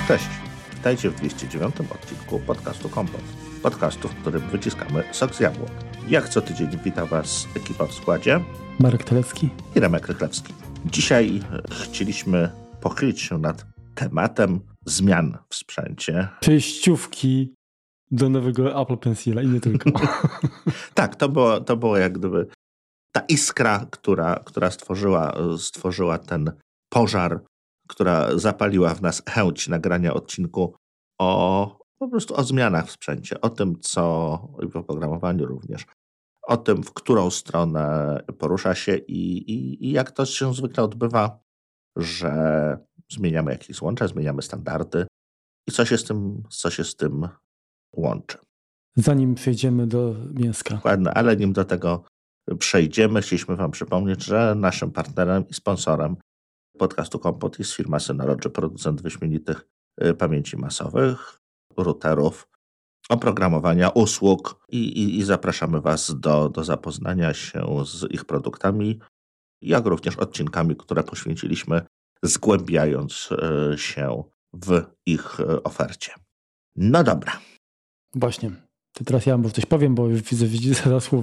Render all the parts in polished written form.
Cześć, witajcie w 209 odcinku podcastu Kompot. Podcastu, w którym wyciskamy sok z jabłek. Jak co tydzień wita Was ekipa w składzie Marek Telecki i Remek Rychlewski. Dzisiaj chcieliśmy pochylić się nad tematem zmian w sprzęcie. Przejściówki do nowego Apple Pencila i nie tylko. Tak, to było jak gdyby ta iskra, która stworzyła ten pożar, która zapaliła w nas chęć nagrania odcinku po prostu o zmianach w sprzęcie, o tym, i w oprogramowaniu również, o tym, w którą stronę porusza się i jak to się zwykle odbywa, że zmieniamy jakieś złącza, zmieniamy standardy i co się z tym łączy. Zanim przejdziemy do mięska. Dokładnie, ale nim do tego przejdziemy, chcieliśmy Wam przypomnieć, że naszym partnerem i sponsorem podcastu Kompot jest firma Synology, producent wyśmienitych pamięci masowych, routerów, oprogramowania, usług i zapraszamy Was do zapoznania się z ich produktami, jak również odcinkami, które poświęciliśmy, zgłębiając się w ich ofercie. No dobra. Właśnie. To teraz ja może coś powiem, bo już widzę zaraz słów.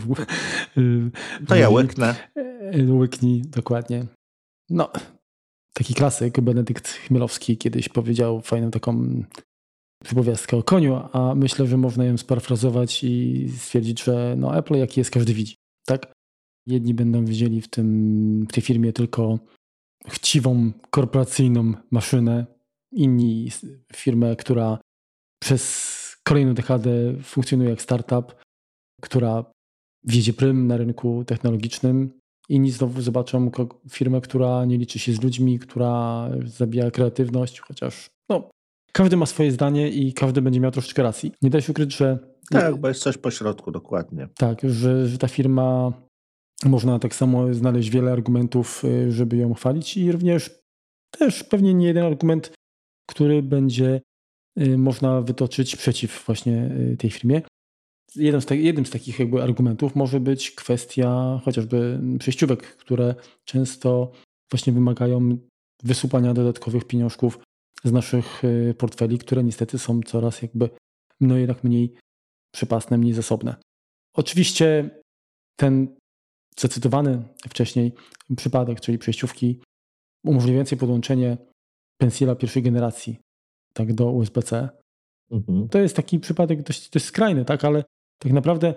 To ja łyknę. Łyknij, dokładnie. No, taki klasyk, Benedykt Chmielowski kiedyś powiedział fajną taką przypowiastkę o koniu, a myślę, że można ją sparafrazować i stwierdzić, że Apple jaki jest, każdy widzi. Tak? Jedni będą widzieli w tej firmie tylko chciwą, korporacyjną maszynę, inni firmę, która przez kolejną dekadę funkcjonuje jak startup, która wiedzie prym na rynku technologicznym. Inni znowu zobaczą firmę, która nie liczy się z ludźmi, która zabija kreatywność, chociaż każdy ma swoje zdanie i każdy będzie miał troszeczkę racji. Nie da się ukryć, że... Tak, bo jest coś pośrodku, dokładnie. Tak, że ta firma, można tak samo znaleźć wiele argumentów, żeby ją chwalić i również też pewnie nie jeden argument, który będzie można wytoczyć przeciw właśnie tej firmie. Jednym z takich jakby argumentów może być kwestia chociażby przejściówek, które często właśnie wymagają wysupania dodatkowych pieniążków z naszych portfeli, które niestety są coraz jakby jednak mniej przypasne, mniej zasobne. Oczywiście ten zacytowany wcześniej przypadek, czyli przejściówki umożliwiającej podłączenie Pencila pierwszej generacji tak do USB-C. To jest taki przypadek dość skrajny, tak, ale tak naprawdę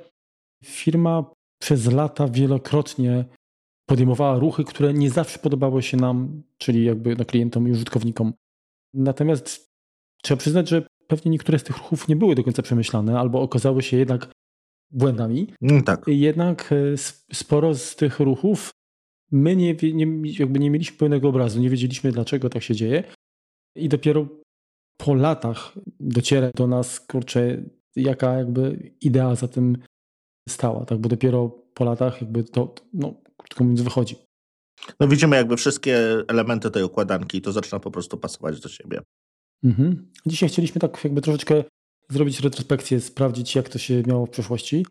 firma przez lata wielokrotnie podejmowała ruchy, które nie zawsze podobały się nam, czyli jakby klientom i użytkownikom. Natomiast trzeba przyznać, że pewnie niektóre z tych ruchów nie były do końca przemyślane albo okazały się jednak błędami. Tak. Jednak sporo z tych ruchów my nie mieliśmy pełnego obrazu, nie wiedzieliśmy, dlaczego tak się dzieje i dopiero po latach dociera do nas, jaka jakby idea za tym stała, tak? Bo dopiero po latach jakby to, krótko mówiąc, wychodzi. Widzimy jakby wszystkie elementy tej układanki i to zaczyna po prostu pasować do siebie. Dzisiaj chcieliśmy tak jakby troszeczkę zrobić retrospekcję, sprawdzić, jak to się miało w przeszłości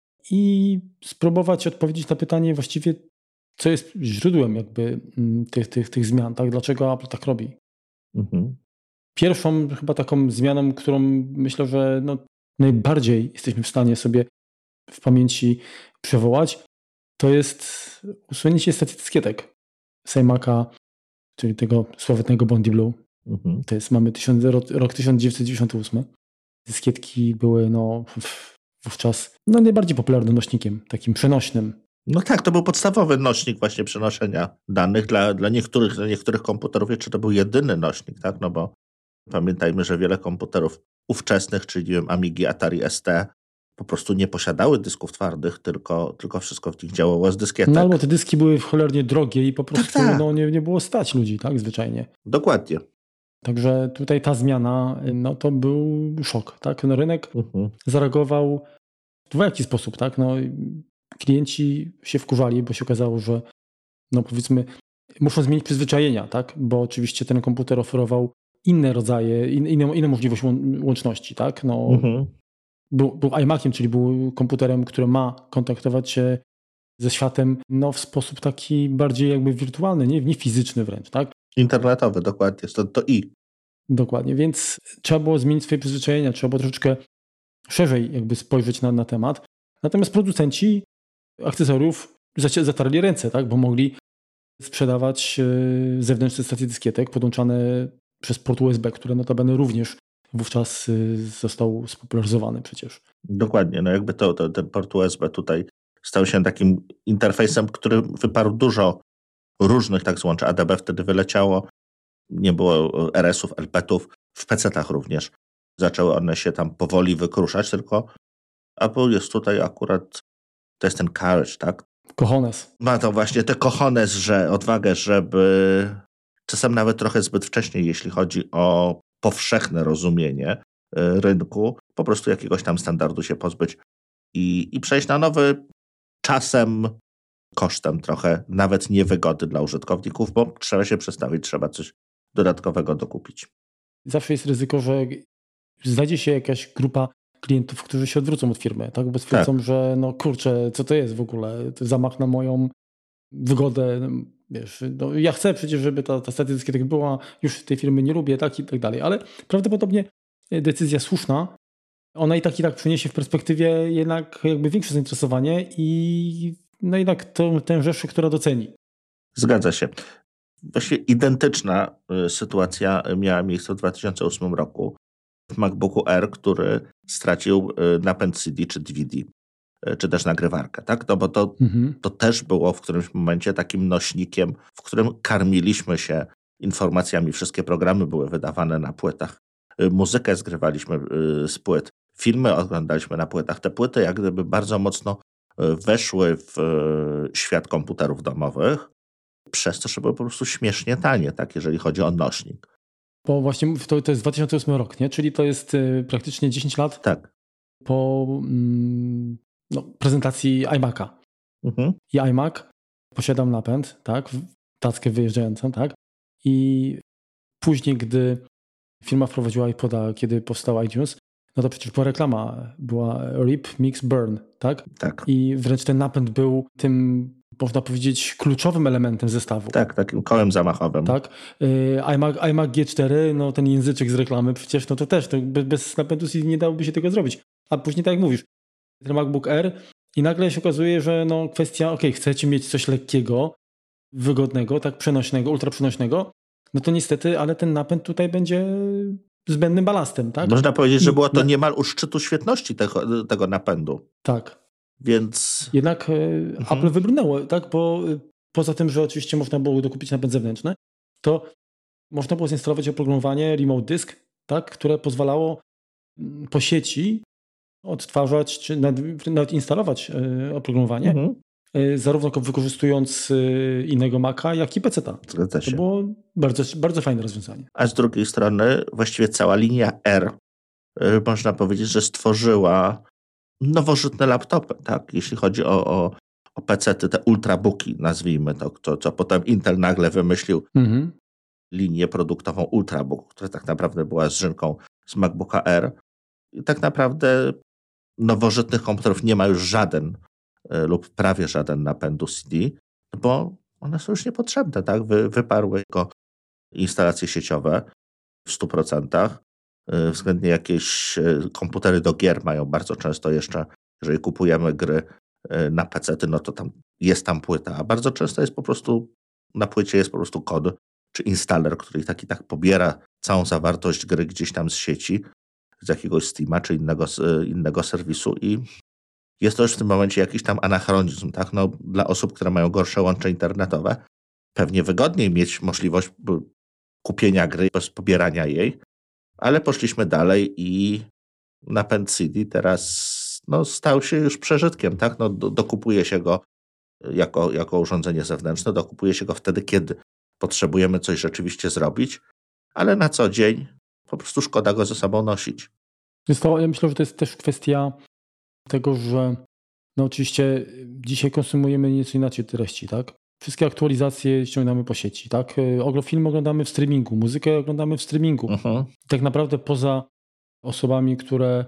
i spróbować odpowiedzieć na pytanie właściwie, co jest źródłem jakby tych zmian, tak? Dlaczego Apple tak robi? Pierwszą chyba taką zmianą, którą myślę, że najbardziej jesteśmy w stanie sobie w pamięci przywołać, to jest usunięcie stacji dyskietek z iMac'a, czyli tego sławetnego Bondi Blue. To jest, mamy rok 1998. Dyskietki były wówczas najbardziej popularnym nośnikiem, takim przenośnym. Tak, to był podstawowy nośnik właśnie przenoszenia danych dla niektórych komputerów. Jeszcze to był jedyny nośnik, tak? Bo pamiętajmy, że wiele komputerów ówczesnych, czyli Amigi, Atari ST, po prostu nie posiadały dysków twardych, tylko wszystko w nich działało z dyskietek. Albo te dyski były cholernie drogie i po prostu nie było stać ludzi, tak, zwyczajnie. Dokładnie. Także tutaj ta zmiana, to był szok, tak? Rynek zareagował w dwojaki sposób, tak? Klienci się wkurzali, bo się okazało, że powiedzmy muszą zmienić przyzwyczajenia, tak? Bo oczywiście ten komputer oferował inne rodzaje, inne możliwości łączności, tak? Był iMaciem, czyli był komputerem, który ma kontaktować się ze światem w sposób taki bardziej jakby wirtualny, nie fizyczny wręcz, tak? Internetowy, dokładnie. To Dokładnie, więc trzeba było zmienić swoje przyzwyczajenia, trzeba było troszeczkę szerzej jakby spojrzeć na temat. Natomiast producenci akcesoriów zatarli ręce, tak? Bo mogli sprzedawać zewnętrzne stacje dyskietek podłączane przez port USB, które notabene również wówczas został spopularyzowany przecież. Dokładnie, no jakby ten port USB tutaj stał się takim interfejsem, który wyparł dużo różnych tak złączy. ADB wtedy wyleciało, nie było RS-ów, LPT-ów, w PC-tach również. Zaczęły one się tam powoli wykruszać, tylko Apple jest tutaj akurat, to jest ten courage, tak? Cojones. Ma to właśnie te cojones, odwagę, żeby czasem nawet trochę zbyt wcześnie, jeśli chodzi o powszechne rozumienie rynku, po prostu jakiegoś tam standardu się pozbyć i przejść na nowy, czasem kosztem trochę nawet niewygody dla użytkowników, bo trzeba się przestawić, trzeba coś dodatkowego dokupić. Zawsze jest ryzyko, że znajdzie się jakaś grupa klientów, którzy się odwrócą od firmy, tak? Bo stwierdzą, że no kurczę, co to jest w ogóle? To zamach na moją wygodę. Wiesz, no ja chcę przecież, żeby ta stacja dyskietek była, już tej firmy nie lubię, tak i tak dalej, ale prawdopodobnie decyzja słuszna, ona i tak przyniesie w perspektywie jednak jakby większe zainteresowanie i no jednak tę rzeszę, która doceni. Zgadza się. Właściwie identyczna sytuacja miała miejsce w 2008 roku w MacBooku Air, który stracił napęd CD czy DVD, czy też nagrywarkę, tak? No bo to też było w którymś momencie takim nośnikiem, w którym karmiliśmy się informacjami. Wszystkie programy były wydawane na płytach. Muzykę zgrywaliśmy z płyt. Filmy oglądaliśmy na płytach. Te płyty jak gdyby bardzo mocno weszły w świat komputerów domowych, przez to, że były po prostu śmiesznie tanie, tak, jeżeli chodzi o nośnik. Bo właśnie to jest 2008 rok, nie? Czyli to jest praktycznie 10 lat po prezentacji iMac'a. I iMac posiadał napęd, tak, tackę wyjeżdżającą, tak, i później, gdy firma wprowadziła iPoda, kiedy powstał iTunes, no to przecież była reklama, była RIP, Mix, Burn, tak? Tak. I wręcz ten napęd był tym, można powiedzieć, kluczowym elementem zestawu. Tak, takim kołem zamachowym. Tak. iMac G4, no ten języczek z reklamy, przecież no to też bez napędu CD nie dałoby się tego zrobić. A później, tak jak mówisz, ten MacBook Air i nagle się okazuje, że no kwestia, chcecie mieć coś lekkiego, wygodnego, tak przenośnego, ultra przenośnego, no to niestety, ale ten napęd tutaj będzie zbędnym balastem, tak? Można powiedzieć, że było to niemal u szczytu świetności tego napędu. Tak. Więc... Jednak Apple wybrnęło, tak? Bo poza tym, że oczywiście można było dokupić napęd zewnętrzny, to można było zinstalować oprogramowanie Remote Disk, tak? Które pozwalało po sieci odtwarzać, czy nawet instalować oprogramowanie, zarówno wykorzystując innego Maca, jak i PC-ta. Zgadza się. To było bardzo, bardzo fajne rozwiązanie. A z drugiej strony właściwie cała linia R, można powiedzieć, że stworzyła nowożytne laptopy, tak? Jeśli chodzi o PC-ty, te ultrabooki, nazwijmy to, co potem Intel nagle wymyślił linię produktową Ultrabook, która tak naprawdę była zżynką z MacBooka Air. I tak naprawdę nowożytnych komputerów nie ma już żaden lub prawie żaden napędu CD, bo one są już niepotrzebne, tak? Wyparły jego instalacje sieciowe w 100%. Względnie jakieś komputery do gier mają bardzo często jeszcze, jeżeli kupujemy gry na PC-ty, no to jest tam płyta, a bardzo często jest po prostu, na płycie jest po prostu kod, czy installer, który tak pobiera całą zawartość gry gdzieś tam z sieci, z jakiegoś Steama, czy innego serwisu i jest to już w tym momencie jakiś tam anachronizm, tak? No, dla osób, które mają gorsze łącze internetowe, pewnie wygodniej mieć możliwość kupienia gry bez pobierania jej, ale poszliśmy dalej i napęd CD teraz stał się już przeżytkiem, tak? No, dokupuje się go jako urządzenie zewnętrzne, dokupuje się go wtedy, kiedy potrzebujemy coś rzeczywiście zrobić, ale na co dzień po prostu szkoda go ze sobą nosić. Ja myślę, że to jest też kwestia tego, że no oczywiście dzisiaj konsumujemy nieco inaczej treści, tak? Wszystkie aktualizacje ściągamy po sieci, tak? Film oglądamy w streamingu, muzykę oglądamy w streamingu. Tak naprawdę poza osobami, które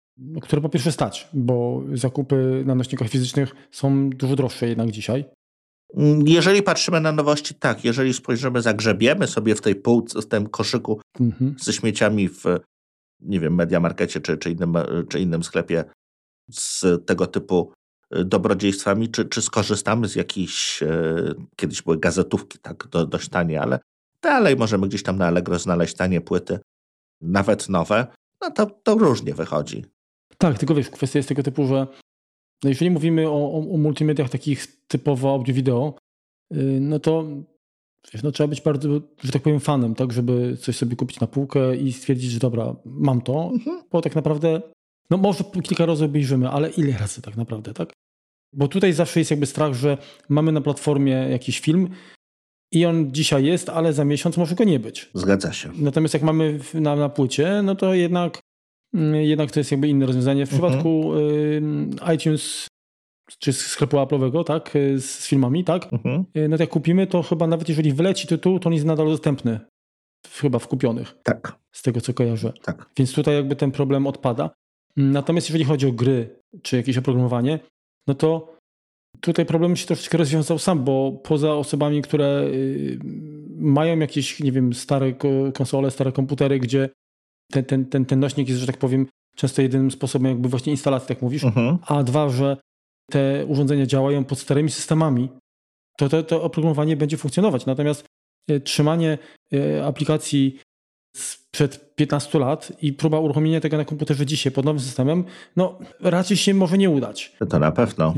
po pierwsze stać, bo zakupy na nośnikach fizycznych są dużo droższe jednak dzisiaj. Jeżeli patrzymy na nowości, tak. Jeżeli spojrzymy, zagrzebiemy sobie w tej półce, w tym koszyku ze śmieciami w, nie wiem, MediaMarkecie czy innym sklepie z tego typu dobrodziejstwami, czy skorzystamy z jakichś, kiedyś były gazetówki, tak, dość tanie, ale dalej możemy gdzieś tam na Allegro znaleźć tanie płyty, nawet nowe, no to różnie wychodzi. Tak, tylko wiesz, kwestia jest tego typu, że no jeżeli mówimy o multimediach takich typowo audio-wideo, no to wiesz, no trzeba być bardzo, że tak powiem, fanem, tak, żeby coś sobie kupić na półkę i stwierdzić, że dobra, mam to, bo tak naprawdę, no może kilka razy obejrzymy, ale ile razy tak naprawdę, tak? Bo tutaj zawsze jest jakby strach, że mamy na platformie jakiś film i on dzisiaj jest, ale za miesiąc może go nie być. Zgadza się. Natomiast jak mamy na płycie, no to jednak to jest jakby inne rozwiązanie. W przypadku iTunes czy sklepu Apple'owego, tak, z filmami, tak, no to jak kupimy, to chyba nawet jeżeli wyleci tytuł, to on jest nadal dostępny chyba w kupionych. Tak. Z tego, co kojarzę. Tak. Więc tutaj jakby ten problem odpada. Natomiast jeżeli chodzi o gry, czy jakieś oprogramowanie, no to tutaj problem się troszeczkę rozwiązał sam, bo poza osobami, które mają jakieś, nie wiem, stare konsole, stare komputery, gdzie ten nośnik jest, że tak powiem, często jedynym sposobem jakby właśnie instalacji, tak mówisz, a dwa, że te urządzenia działają pod starymi systemami, to oprogramowanie będzie funkcjonować. Natomiast trzymanie aplikacji sprzed 15 lat i próba uruchomienia tego na komputerze dzisiaj pod nowym systemem, no raczej się może nie udać. To na pewno.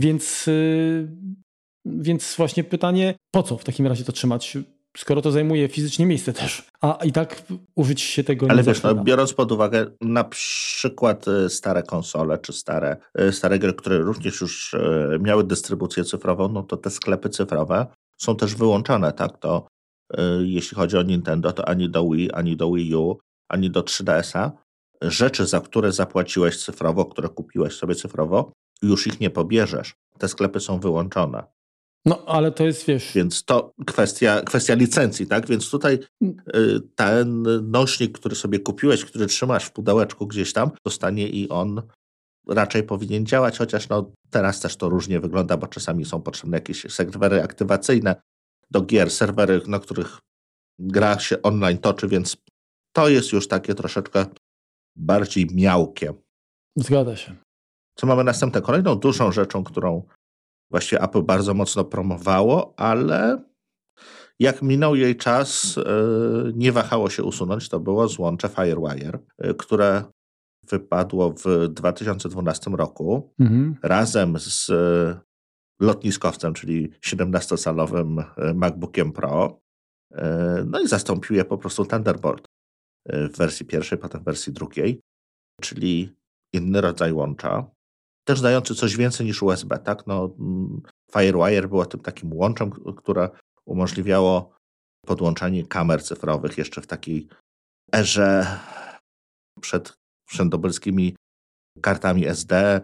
Więc właśnie pytanie, po co w takim razie to trzymać, skoro to zajmuje fizycznie miejsce też, a i tak użyć się tego ale nie wiesz, zaczyna. biorąc pod uwagę na przykład stare konsole, czy stare gry, które również już miały dystrybucję cyfrową, no to te sklepy cyfrowe są też wyłączone, tak? To jeśli chodzi o Nintendo, to ani do Wii, ani do Wii U, ani do 3DS-a rzeczy, za które zapłaciłeś cyfrowo, które kupiłeś sobie cyfrowo, już ich nie pobierzesz. Te sklepy są wyłączone. No, ale to jest, wiesz... Więc to kwestia licencji, tak? Więc tutaj ten nośnik, który sobie kupiłeś, który trzymasz w pudełeczku gdzieś tam, dostanie i on raczej powinien działać, chociaż no teraz też to różnie wygląda, bo czasami są potrzebne jakieś serwery aktywacyjne do gier, serwery, na których gra się online toczy, więc to jest już takie troszeczkę bardziej miałkie. Zgadza się. Co mamy następne? Kolejną dużą rzeczą, którą właściwie Apple bardzo mocno promowało, ale jak minął jej czas, nie wahało się usunąć, to było złącze FireWire, które wypadło w 2012 roku razem z lotniskowcem, czyli 17-calowym MacBookiem Pro. No i zastąpił je po prostu Thunderbolt w wersji pierwszej, potem w wersji drugiej, czyli inny rodzaj łącza. Też dający coś więcej niż USB, tak? No, FireWire było tym takim łączem, które umożliwiało podłączanie kamer cyfrowych jeszcze w takiej erze przed wszędobylskimi kartami SD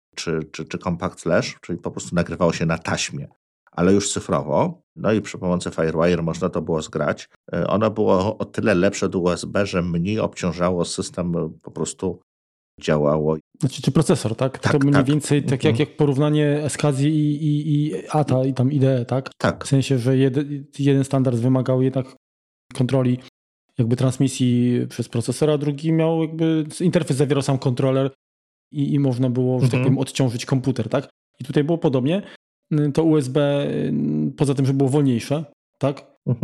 czy Compact Flash, czyli po prostu nagrywało się na taśmie, ale już cyfrowo. No i przy pomocy FireWire można to było zgrać. Ono było o tyle lepsze od USB, że mniej obciążało system, po prostu działało. Znaczy, czy procesor, tak? Tak, to mniej tak. więcej tak jak porównanie SCSI i ATA i tam IDE, tak? Tak. W sensie, że jeden standard wymagał jednak kontroli jakby transmisji przez procesor, a drugi miał jakby interfejs zawierał sam kontroler i można było, że tak powiem, odciążyć komputer, tak? I tutaj było podobnie. To USB, poza tym, że było wolniejsze, tak?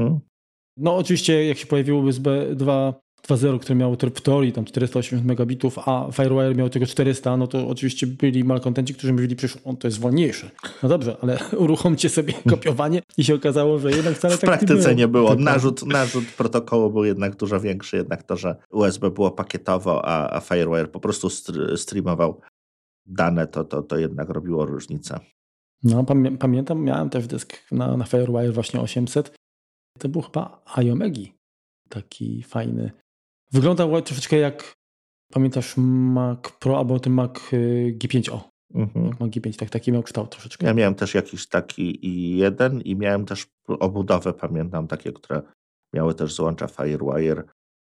No oczywiście, jak się pojawiło USB 2.0, które miało w teorii tam 480 megabitów, a FireWire miał tylko 400, no to oczywiście byli malkontenci, którzy mówili, przecież to jest wolniejsze. No dobrze, ale uruchomcie sobie kopiowanie i się okazało, że jednak wcale tak nie było. W praktyce nie było. Tak. Narzut protokołu był jednak dużo większy, jednak to, że USB było pakietowo, a FireWire po prostu streamował dane, to jednak robiło różnicę. No pamiętam, miałem też dysk na FireWire właśnie 800. To był chyba iOmegi, taki fajny. Wyglądał troszeczkę jak, pamiętasz, Mac Pro albo ten Mac G5O. Mac G5, tak, taki miał kształt troszeczkę. Ja miałem też jakiś taki i miałem też obudowę, pamiętam, takie, które miały też złącza FireWire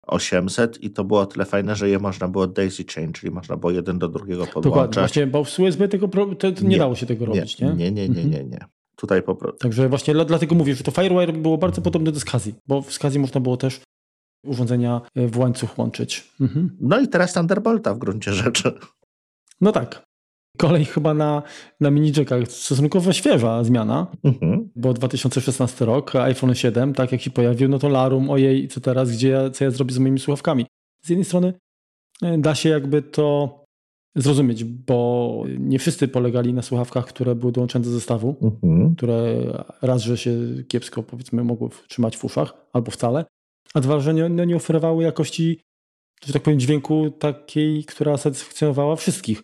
800 i to było tyle fajne, że je można było daisy chain, czyli można było jeden do drugiego podłączać. Dokładnie, właśnie, bo z USB tego nie dało się tego robić, nie? Nie. Tutaj po prostu. Także właśnie dlatego mówię, że to FireWire było bardzo podobne do SCSI, bo w SCSI można było też urządzenia w łańcuch łączyć. No i teraz Thunderbolta w gruncie rzeczy. No tak. Kolej chyba na mini-jackach stosunkowo świeża zmiana, bo 2016 rok, iPhone 7, tak jak się pojawił, no to larum, ojej, co teraz, co ja zrobię z moimi słuchawkami? Z jednej strony da się jakby to zrozumieć, bo nie wszyscy polegali na słuchawkach, które były dołączone do zestawu, które raz, że się kiepsko, powiedzmy, mogły trzymać w uszach, albo wcale, a dwa, że nie oferowały jakości, że tak powiem, dźwięku takiej, która satysfakcjonowała wszystkich.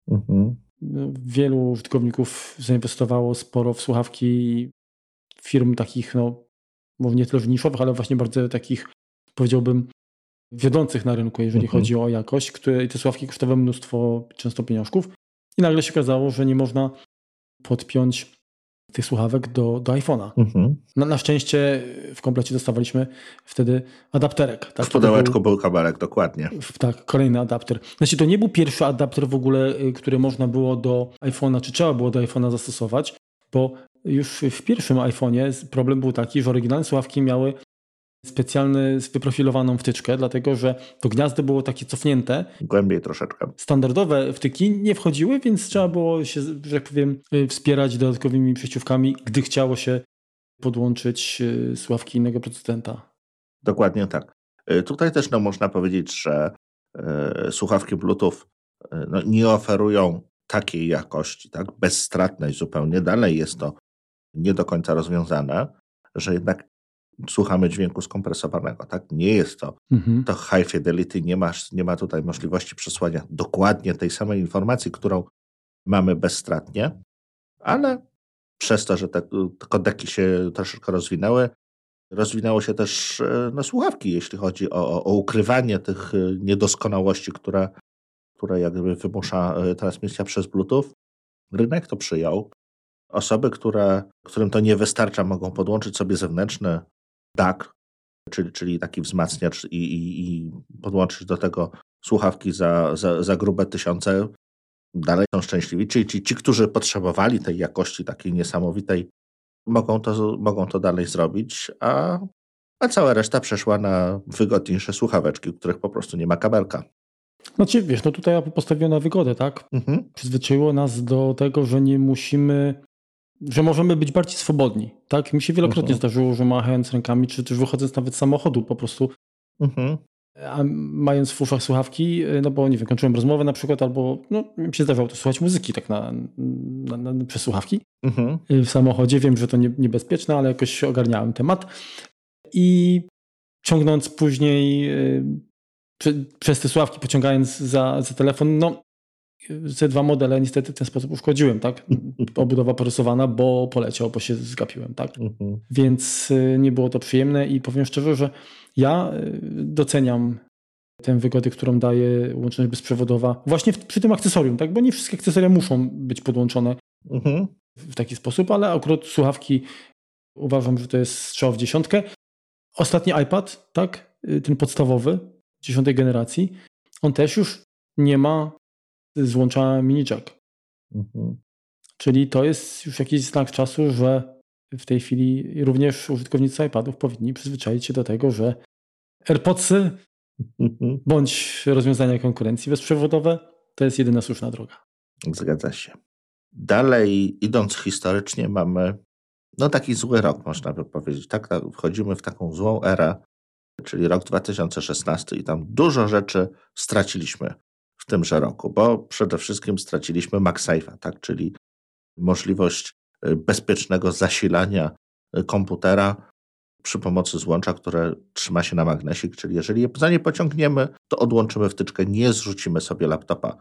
Wielu użytkowników zainwestowało sporo w słuchawki firm takich, no może nie tyle niszowych, ale właśnie bardzo takich, powiedziałbym, wiodących na rynku, jeżeli chodzi o jakość, i te słuchawki kosztowały mnóstwo często pieniążków i nagle się okazało, że nie można podpiąć tych słuchawek do iPhone'a. Na szczęście w komplecie dostawaliśmy wtedy adapterek. Tak? W pudełeczku był kabelek, dokładnie. Tak, kolejny adapter. Znaczy to nie był pierwszy adapter w ogóle, który można było do iPhone'a, czy trzeba było do iPhone'a zastosować, bo już w pierwszym iPhone'ie problem był taki, że oryginalne słuchawki miały specjalną, wyprofilowaną wtyczkę, dlatego że to gniazdo było takie cofnięte. Głębiej troszeczkę. Standardowe wtyki nie wchodziły, więc trzeba było się, że tak powiem, wspierać dodatkowymi przejściówkami, gdy chciało się podłączyć słuchawki innego producenta. Dokładnie tak. Tutaj też można powiedzieć, że słuchawki Bluetooth nie oferują takiej jakości, tak, bezstratność zupełnie. Dalej jest to nie do końca rozwiązane, że jednak słuchamy dźwięku skompresowanego, tak? Nie jest to high fidelity, nie ma tutaj możliwości przesłania dokładnie tej samej informacji, którą mamy bezstratnie, ale przez to, że te kodeki się troszeczkę rozwinęło się też słuchawki, jeśli chodzi o ukrywanie tych niedoskonałości, które jakby wymusza transmisja przez Bluetooth. Rynek to przyjął. Osoby, którym to nie wystarcza, mogą podłączyć sobie zewnętrzny DAC, czyli taki wzmacniacz i podłączyć do tego słuchawki za grube tysiące. Dalej są szczęśliwi. Czyli ci, którzy potrzebowali tej jakości takiej niesamowitej, mogą to dalej zrobić, a cała reszta przeszła na wygodniejsze słuchaweczki, u których po prostu nie ma kabelka. Znaczy, wiesz, no tutaj postawiło na wygodę, tak? Przyzwyczaiło nas do tego, że nie musimy, że możemy być bardziej swobodni, tak? Mi się wielokrotnie zdarzyło, że machając rękami, czy też wychodząc nawet z samochodu po prostu, a mając w uszach słuchawki, no bo nie wiem, kończyłem rozmowę na przykład, albo no, mi się zdarzało to słuchać muzyki tak przez słuchawki w samochodzie. Wiem, że to niebezpieczne, ale jakoś ogarniałem temat. I ciągnąc później przez te słuchawki, pociągając za telefon, no te dwa modele niestety w ten sposób uszkodziłem, tak? Obudowa porysowana, bo poleciał, bo się zgapiłem, tak? Więc nie było to przyjemne i powiem szczerze, że ja doceniam tę wygodę, którą daje łączność bezprzewodowa właśnie przy tym akcesorium, tak? Bo nie wszystkie akcesoria muszą być podłączone w taki sposób, ale akurat słuchawki uważam, że to jest strzał w dziesiątkę. Ostatni iPad, tak? Ten podstawowy, 10. generacji, on też już nie ma złącza mini jack. Czyli to jest już jakiś znak czasu, że w tej chwili również użytkownicy iPadów powinni przyzwyczaić się do tego, że AirPodsy bądź rozwiązania konkurencji bezprzewodowe to jest jedyna słuszna droga. Zgadza się. Dalej idąc historycznie mamy taki zły rok, można by powiedzieć. Tak, wchodzimy w taką złą erę, czyli rok 2016 i tam dużo rzeczy straciliśmy w tymże roku, bo przede wszystkim straciliśmy MagSafe'a, tak, czyli możliwość bezpiecznego zasilania komputera przy pomocy złącza, które trzyma się na magnesik, czyli jeżeli za nie pociągniemy, to odłączymy wtyczkę, nie zrzucimy sobie laptopa.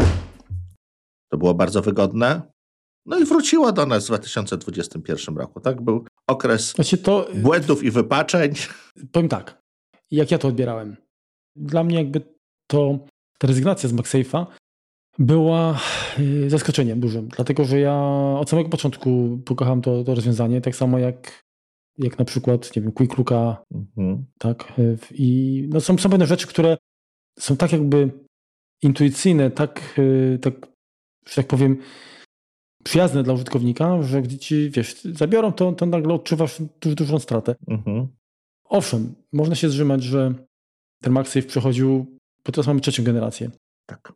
To było bardzo wygodne. No i wróciło do nas w 2021 roku. Tak, był okres błędów i wypaczeń. Powiem tak, jak ja to odbierałem. Dla mnie jakby ta rezygnacja z MagSafe'a była zaskoczeniem dużym, dlatego że ja od samego początku pokocham to rozwiązanie, tak samo jak na przykład, nie wiem, Quick Looka, tak, i no są pewne rzeczy, które są tak jakby intuicyjne, tak, że tak powiem, przyjazne dla użytkownika, że gdy ci, zabiorą, to nagle odczuwasz dużą stratę. Owszem, można się zrzymać, że ten MagSafe przechodził, bo teraz mamy 3. generację. Tak.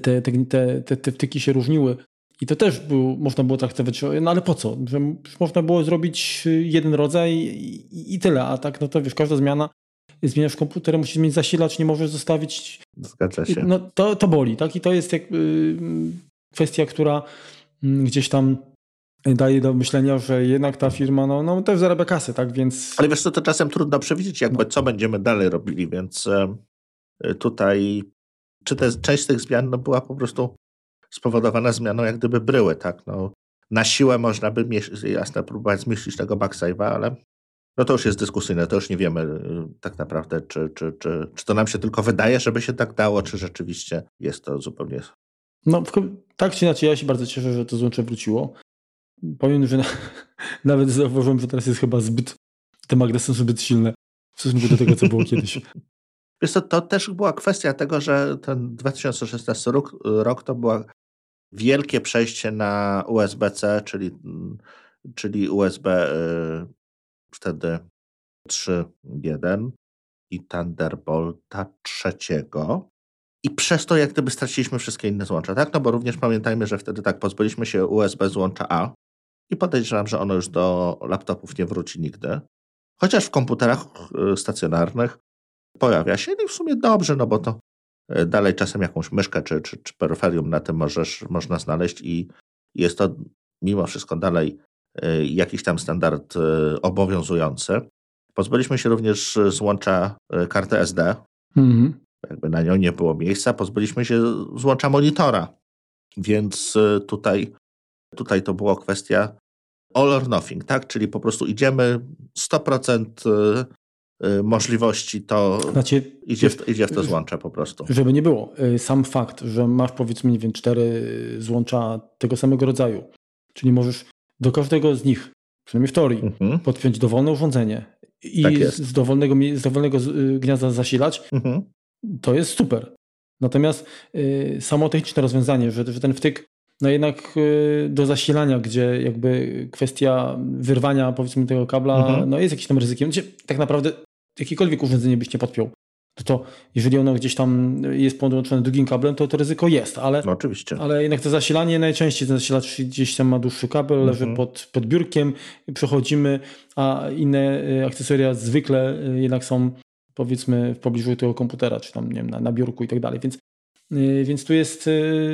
Te wtyki się różniły i to też można było traktować, no ale po co? Że można było zrobić jeden rodzaj i tyle, a tak, no to każda zmiana, zmieniasz komputer, musisz mieć zasilacz, nie możesz zostawić. Zgadza się. No to boli, tak? I to jest kwestia, która gdzieś tam daje do myślenia, że jednak ta firma no też zarabia kasę, tak? Więc... Ale wiesz co, to czasem trudno przewidzieć co będziemy dalej robili, więc tutaj część z tych zmian była po prostu spowodowana zmianą jak gdyby bryły, tak? No, na siłę można by jasne próbować zmieścić tego MagSafe'a, ale no to już jest dyskusyjne, to już nie wiemy tak naprawdę, czy to nam się tylko wydaje, żeby się tak dało, czy rzeczywiście jest to zupełnie... No tak czy inaczej, ja się bardzo cieszę, że to złącze wróciło. Powiem, że nawet zauważyłem, że teraz jest chyba te magnesy są zbyt silne w stosunku do tego, co było kiedyś. Wiesz co, to też była kwestia tego, że ten 2016 rok to było wielkie przejście na USB-C, czyli USB wtedy 3.1 i Thunderbolta 3. I przez to jak gdyby straciliśmy wszystkie inne złącza, tak? No bo również pamiętajmy, że wtedy tak pozbyliśmy się USB złącza A i podejrzewam, że ono już do laptopów nie wróci nigdy. Chociaż w komputerach stacjonarnych pojawia się i w sumie dobrze, no bo to dalej czasem jakąś myszkę czy peryferium na tym można znaleźć i jest to mimo wszystko dalej jakiś tam standard obowiązujący. Pozbyliśmy się również złącza karty SD. Jakby na nią nie było miejsca. Pozbyliśmy się złącza monitora. Więc tutaj to była kwestia all or nothing, tak? Czyli po prostu idziemy 100% możliwości to idzie w to złącza po prostu. Żeby nie było. Sam fakt, że masz powiedzmy, nie wiem, 4 złącza tego samego rodzaju, czyli możesz do każdego z nich, przynajmniej w teorii, podpiąć dowolne urządzenie i tak z dowolnego gniazda zasilać, to jest super. Natomiast samo techniczne rozwiązanie, że ten wtyk no jednak do zasilania, gdzie jakby kwestia wyrwania powiedzmy tego kabla no jest jakimś tam ryzykiem. Gdzie tak naprawdę jakiekolwiek urządzenie byś nie podpiął, to jeżeli ono gdzieś tam jest podłączone drugim kablem, to ryzyko jest, ale, no oczywiście. Ale jednak to zasilanie najczęściej, ten zasilacz gdzieś tam ma dłuższy kabel, leży pod biurkiem, przechodzimy, a inne akcesoria zwykle jednak są powiedzmy w pobliżu tego komputera, czy tam nie wiem, na biurku i tak dalej, więc tu jest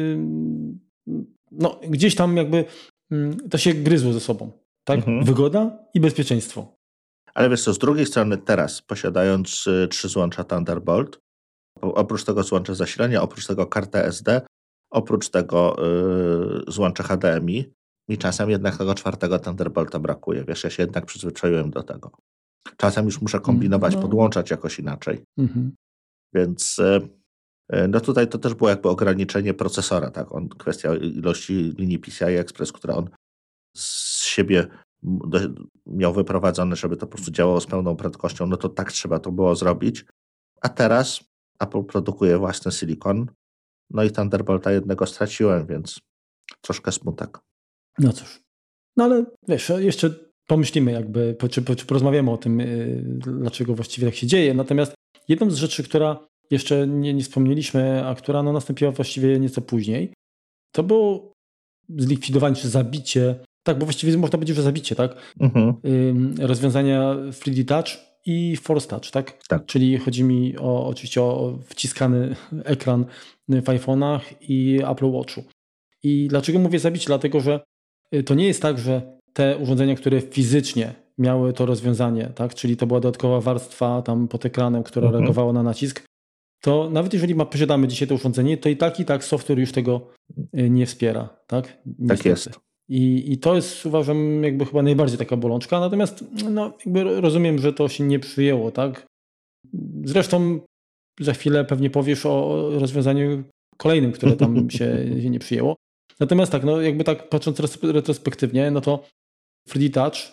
no gdzieś tam jakby to się gryzło ze sobą, tak? Wygoda i bezpieczeństwo. Ale wiesz co, z drugiej strony teraz, posiadając 3 złącza Thunderbolt, oprócz tego złącza zasilania, oprócz tego kartę SD, oprócz tego złącza HDMI, mi czasem jednak tego 4. Thunderbolta brakuje. Wiesz, ja się jednak przyzwyczaiłem do tego. Czasem już muszę kombinować, podłączać jakoś inaczej. Więc no tutaj to też było jakby ograniczenie procesora, tak? Kwestia ilości linii PCI Express, które on z siebie miał wyprowadzone, żeby to po prostu działało z pełną prędkością, no to tak trzeba to było zrobić. A teraz Apple produkuje własny silikon, no i Thunderbolta jednego straciłem, więc troszkę smutek. No cóż. No ale wiesz, jeszcze pomyślimy jakby, czy porozmawiamy o tym, dlaczego właściwie tak się dzieje. Natomiast jedną z rzeczy, która jeszcze nie wspomnieliśmy, a która no, nastąpiła właściwie nieco później, to było zlikwidowanie czy zabicie, tak, bo właściwie można powiedzieć, że zabicie, tak? Rozwiązania 3D Touch i Force Touch, tak? Tak. Czyli chodzi mi oczywiście o wciskany ekran w iPhone'ach i Apple Watchu. I dlaczego mówię zabić? Dlatego, że to nie jest tak, że te urządzenia, które fizycznie miały to rozwiązanie, tak? Czyli to była dodatkowa warstwa tam pod ekranem, która reagowała na nacisk, to nawet jeżeli posiadamy dzisiaj to urządzenie, to i tak software już tego nie wspiera, tak? Niestety. Tak jest. I to jest, uważam, jakby chyba najbardziej taka bolączka, natomiast no, jakby rozumiem, że to się nie przyjęło, tak? Zresztą za chwilę pewnie powiesz o rozwiązaniu kolejnym, które tam się nie przyjęło. Natomiast tak, no jakby tak patrząc retrospektywnie, no to 3D Touch,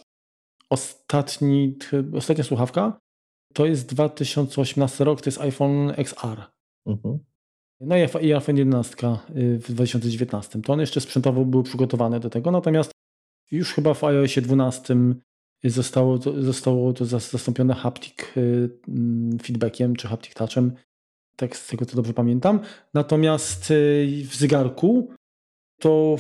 ostatnia słuchawka, to jest 2018 rok, to jest iPhone XR. No i iPhone 11 w 2019. To one jeszcze sprzętowo były przygotowane do tego, natomiast już chyba w iOSie 12 zostało to zastąpione haptic feedbackiem czy haptic touchem, tak z tego co dobrze pamiętam. Natomiast w zegarku to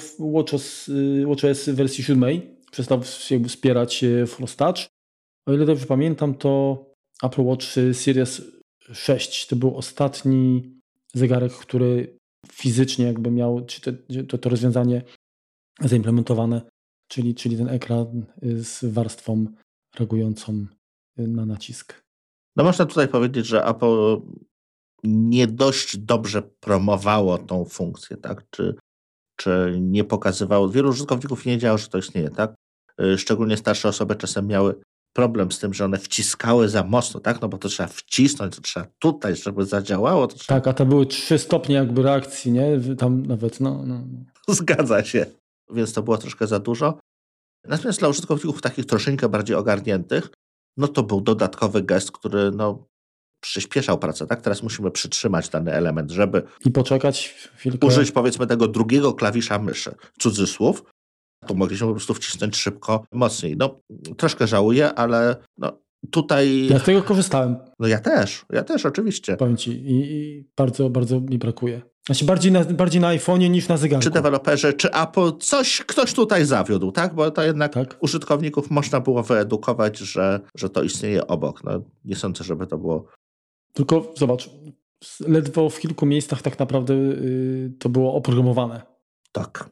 WatchOS w wersji 7 przestał jakby wspierać Force Touch. O ile dobrze pamiętam, to Apple Watch Series 6 to był ostatni zegarek, który fizycznie jakby miał to rozwiązanie zaimplementowane, czyli ten ekran z warstwą reagującą na nacisk. No można tutaj powiedzieć, że Apple nie dość dobrze promowało tą funkcję, tak? Czy nie pokazywało. Wielu użytkowników nie wiedziało, że to istnieje, tak? Szczególnie starsze osoby czasem miały problem z tym, że one wciskały za mocno, tak? No bo to trzeba wcisnąć, to trzeba tutaj, żeby zadziałało. To trzeba... Tak, a to były 3 stopnie jakby reakcji, nie? Tam nawet, no. Zgadza się. Więc to było troszkę za dużo. Natomiast dla użytkowników takich troszeczkę bardziej ogarniętych, no to był dodatkowy gest, który przyspieszał pracę, tak? Teraz musimy przytrzymać dany element, żeby i poczekać chwilkę. Użyć powiedzmy tego drugiego klawisza myszy, cudzysłów. Tu mogliśmy po prostu wcisnąć szybko, mocniej. No, troszkę żałuję, ale tutaj... Ja z tego korzystałem. No ja też oczywiście. Powiem ci, i bardzo, bardzo mi brakuje. Znaczy bardziej na iPhone'ie niż na zegarku. Czy deweloperzy, czy Apple, ktoś tutaj zawiódł, tak? Bo to jednak użytkowników można było wyedukować, że to istnieje obok. No, nie sądzę, żeby to było... Tylko zobacz, ledwo w kilku miejscach tak naprawdę to było oprogramowane. Tak.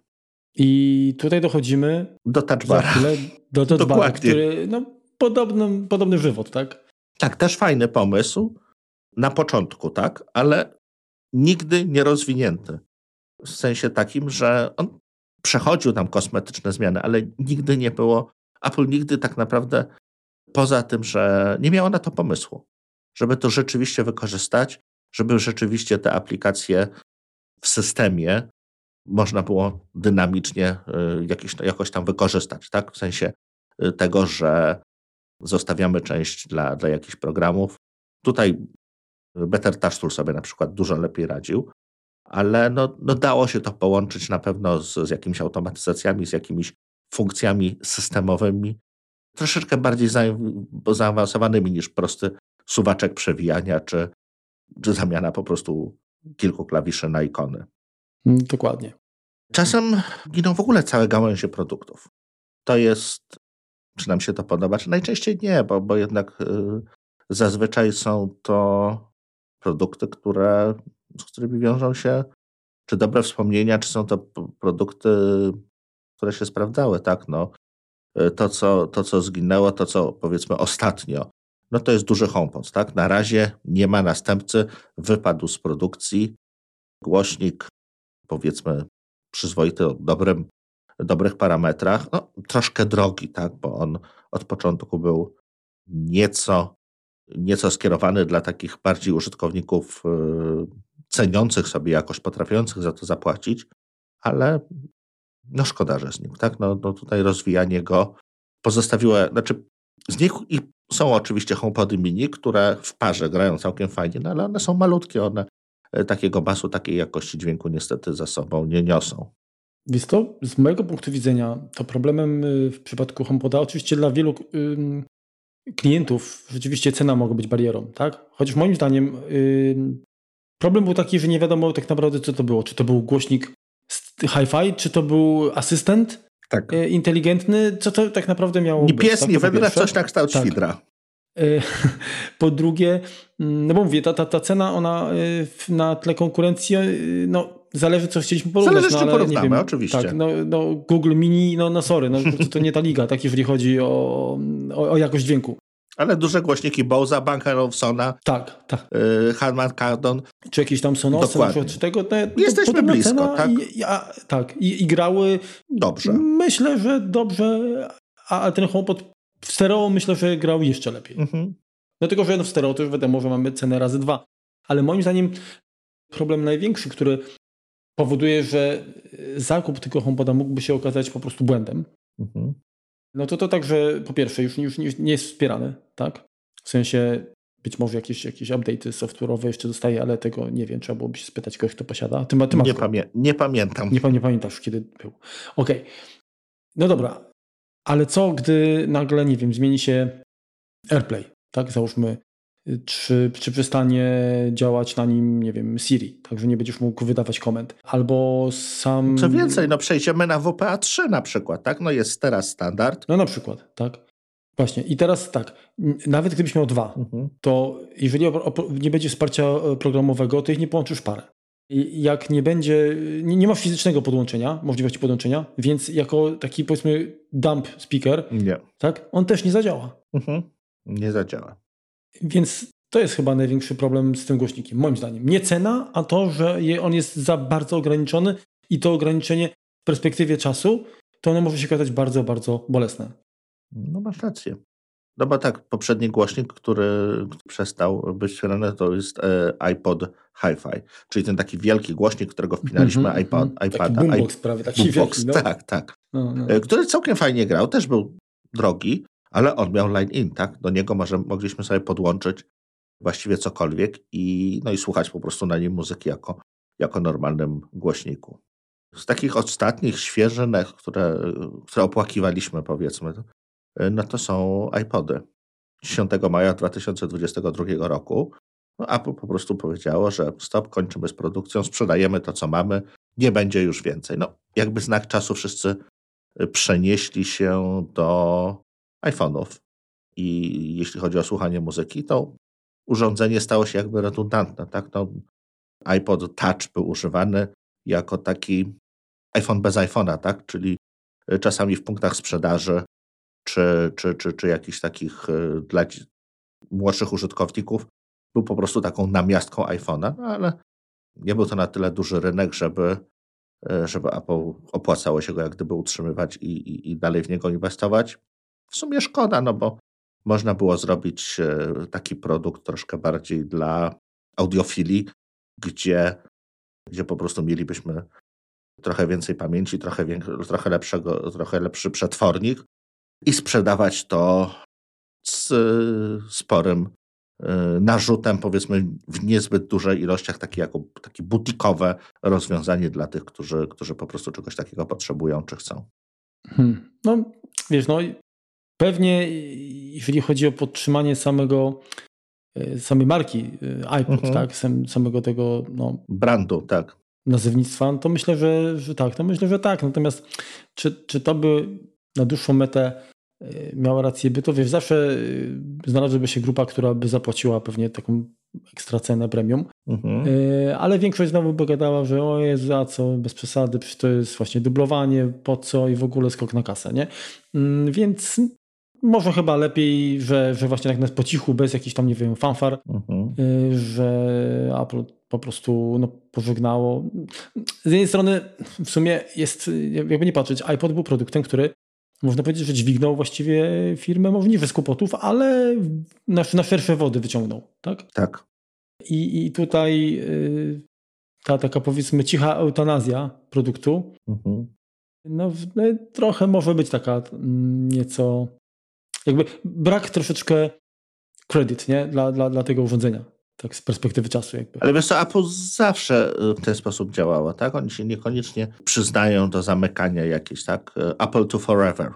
I tutaj dochodzimy do touchbara. Do touchbara, który podobny żywot, tak? Tak, też fajny pomysł na początku, tak? Ale nigdy nie rozwinięty. W sensie takim, że on przechodził tam kosmetyczne zmiany, ale nigdy nie było, Apple nigdy tak naprawdę poza tym, że nie miało na to pomysłu, żeby to rzeczywiście wykorzystać, żeby rzeczywiście te aplikacje w systemie można było dynamicznie jakoś tam wykorzystać, tak? W sensie tego, że zostawiamy część dla jakichś programów. Tutaj Better Touch Tool sobie na przykład dużo lepiej radził, ale dało się to połączyć na pewno z jakimiś automatyzacjami, z jakimiś funkcjami systemowymi, troszeczkę bardziej zaawansowanymi niż prosty suwaczek przewijania, czy zamiana po prostu kilku klawiszy na ikony. Dokładnie. Czasem giną w ogóle całe gałęzie produktów. To jest, czy nam się to podoba, czy najczęściej nie, bo jednak zazwyczaj są to produkty, z którymi wiążą się czy dobre wspomnienia, czy są to produkty, które się sprawdzały, tak? To, co zginęło, to, co powiedzmy ostatnio, to jest duży HomePod, tak? Na razie nie ma następcy, wypadł z produkcji. Głośnik, powiedzmy, przyzwoity, o dobrych parametrach, troszkę drogi, tak? Bo on od początku był nieco skierowany dla takich bardziej użytkowników ceniących sobie jakoś, potrafiących za to zapłacić, ale szkoda, że z nim, tak? Tutaj rozwijanie go pozostawiło, z nich są oczywiście HomePody mini, które w parze grają całkiem fajnie, ale one są malutkie, one takiego basu, takiej jakości dźwięku niestety za sobą nie niosą. Wiesz co, z mojego punktu widzenia to problemem w przypadku HomePoda, oczywiście dla wielu klientów rzeczywiście cena mogła być barierą, tak? Chociaż moim zdaniem problem był taki, że nie wiadomo tak naprawdę co to było. Czy to był głośnik hi-fi, czy to był asystent inteligentny, co to tak naprawdę miało być. Ni pies, tak? ni wędra, coś na kształt świdra. Po drugie, bo mówię, ta cena, ona na tle konkurencji, zależy co chcieliśmy porównać. Zależy, czy porównamy, nie wiem, oczywiście. Tak, Google Mini, sorry, to nie ta liga, tak, jeżeli chodzi o jakość dźwięku. Ale duże głośniki Bose'a, Bang & Olufsena, tak. Harman Kardon. Czy jakieś tam Sonosy, czy tego. Jesteśmy blisko, tak? I grały dobrze. Myślę, że dobrze, a ten HomePod w stereo myślę, że grał jeszcze lepiej. Dlatego, że w stereo to już wiadomo, że mamy cenę razy 2. Ale moim zdaniem problem największy, który powoduje, że zakup tego HomePoda mógłby się okazać po prostu błędem, to tak, że po pierwsze już nie jest wspierany, tak? W sensie być może jakieś update'y software'owe jeszcze dostaje, ale tego nie wiem, trzeba byłoby się spytać kogoś, kto posiada. Ty masz Nie pamiętam. Nie pamiętasz, kiedy był. Okej. No dobra, ale co, gdy nagle, nie wiem, zmieni się AirPlay, tak? Załóżmy, czy przestanie działać na nim, nie wiem, Siri, także nie będziesz mógł wydawać komend. Albo sam... Co więcej, przejdziemy na WPA3 na przykład, tak? Jest teraz standard. No na przykład, tak. Właśnie. I teraz tak, nawet gdybyś miał 2, to jeżeli nie będzie wsparcia programowego, to ich nie połączysz w parę. I jak nie będzie, nie ma fizycznego podłączenia, możliwości podłączenia, więc jako taki, powiedzmy, dump speaker, tak, on też nie zadziała. Nie zadziała. Więc to jest chyba największy problem z tym głośnikiem, moim zdaniem. Nie cena, a to, że on jest za bardzo ograniczony i to ograniczenie w perspektywie czasu, to ono może się okazać bardzo, bardzo bolesne. No masz rację. No bo tak, poprzedni głośnik, który przestał być wspierany, to jest iPod Hi-Fi, czyli ten taki wielki głośnik, którego wpinaliśmy iPada. Taki boombox prawie, taki wielki. No. Tak. Który całkiem fajnie grał, też był drogi, ale on miał line-in, tak? Do niego mogliśmy sobie podłączyć właściwie cokolwiek i słuchać po prostu na nim muzyki jako normalnym głośniku. Z takich ostatnich świeżynek, które opłakiwaliśmy, powiedzmy, no to są iPody. 10 maja 2022 roku Apple po prostu powiedziało, że stop, kończymy z produkcją, sprzedajemy to, co mamy, nie będzie już więcej. Jakby znak czasu wszyscy przenieśli się do iPhone'ów i jeśli chodzi o słuchanie muzyki, to urządzenie stało się jakby redundantne. Tak? iPod Touch był używany jako taki iPhone bez iPhone'a, tak? Czyli czasami w punktach sprzedaży czy jakichś takich dla młodszych użytkowników był po prostu taką namiastką iPhone'a, ale nie był to na tyle duży rynek, żeby Apple opłacało się go jak gdyby utrzymywać i dalej w niego inwestować. W sumie szkoda, bo można było zrobić taki produkt troszkę bardziej dla audiofilii, gdzie po prostu mielibyśmy trochę więcej pamięci, trochę lepszy przetwornik i sprzedawać to z sporym narzutem, powiedzmy w niezbyt dużej ilościach, takie butikowe rozwiązanie dla tych, którzy po prostu czegoś takiego potrzebują czy chcą. No wiesz, pewnie jeżeli chodzi o podtrzymanie samej marki iPod, tak, samego tego brandu, tak. Nazewnictwa, to myślę, że tak. Natomiast czy to by na dłuższą metę miała rację bytu? Wiesz, zawsze znalazłaby się grupa, która by zapłaciła pewnie taką ekstra cenę premium, ale większość znowu by gadała, że o Jezu, a co, bez przesady, to jest właśnie dublowanie, po co i w ogóle skok na kasę, nie? Więc może chyba lepiej, że właśnie tak po cichu, bez jakichś tam, nie wiem, fanfar, że Apple po prostu pożegnało. Z jednej strony w sumie jest, jakby nie patrzeć, iPod był produktem, który można powiedzieć, że dźwignął właściwie firmę, może nie bez kłopotów, ale na szersze wody wyciągnął, tak? Tak. I tutaj ta taka, powiedzmy, cicha eutanazja produktu, trochę może być taka nieco, jakby brak troszeczkę kredyt, nie? Dla tego urządzenia. Tak z perspektywy czasu jakby. Ale wiesz co, Apple zawsze w ten sposób działało, tak? Oni się niekoniecznie przyznają do zamykania jakiejś, tak? Apple to forever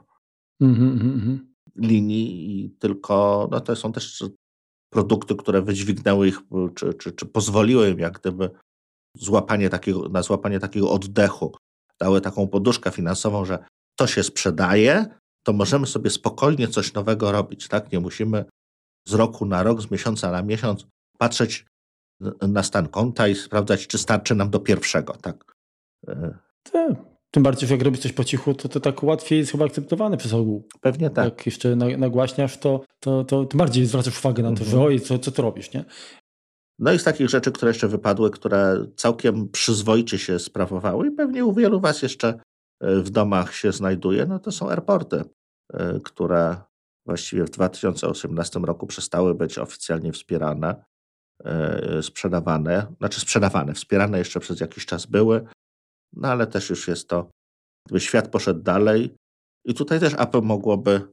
linii, tylko to są też produkty, które wydźwignęły ich, czy pozwoliły im jak gdyby na złapanie takiego oddechu. Dały taką poduszkę finansową, że to się sprzedaje, to możemy sobie spokojnie coś nowego robić, tak? Nie musimy z roku na rok, z miesiąca na miesiąc patrzeć na stan konta i sprawdzać, czy starczy nam do pierwszego, tak? Tym bardziej, że jak robisz coś po cichu, to tak łatwiej jest chyba akceptowane przez ogół. Pewnie tak. Jak jeszcze nagłaśniasz, to tym bardziej zwracasz uwagę na to, że oj, co ty robisz, nie? No i z takich rzeczy, które jeszcze wypadły, które całkiem przyzwoicie się sprawowały i pewnie u wielu was jeszcze w domach się znajduje, to są AirPorty, które właściwie w 2018 roku przestały być oficjalnie wspierane, sprzedawane, wspierane jeszcze przez jakiś czas były, ale też już jest to, gdyby świat poszedł dalej i tutaj też Apple mogłoby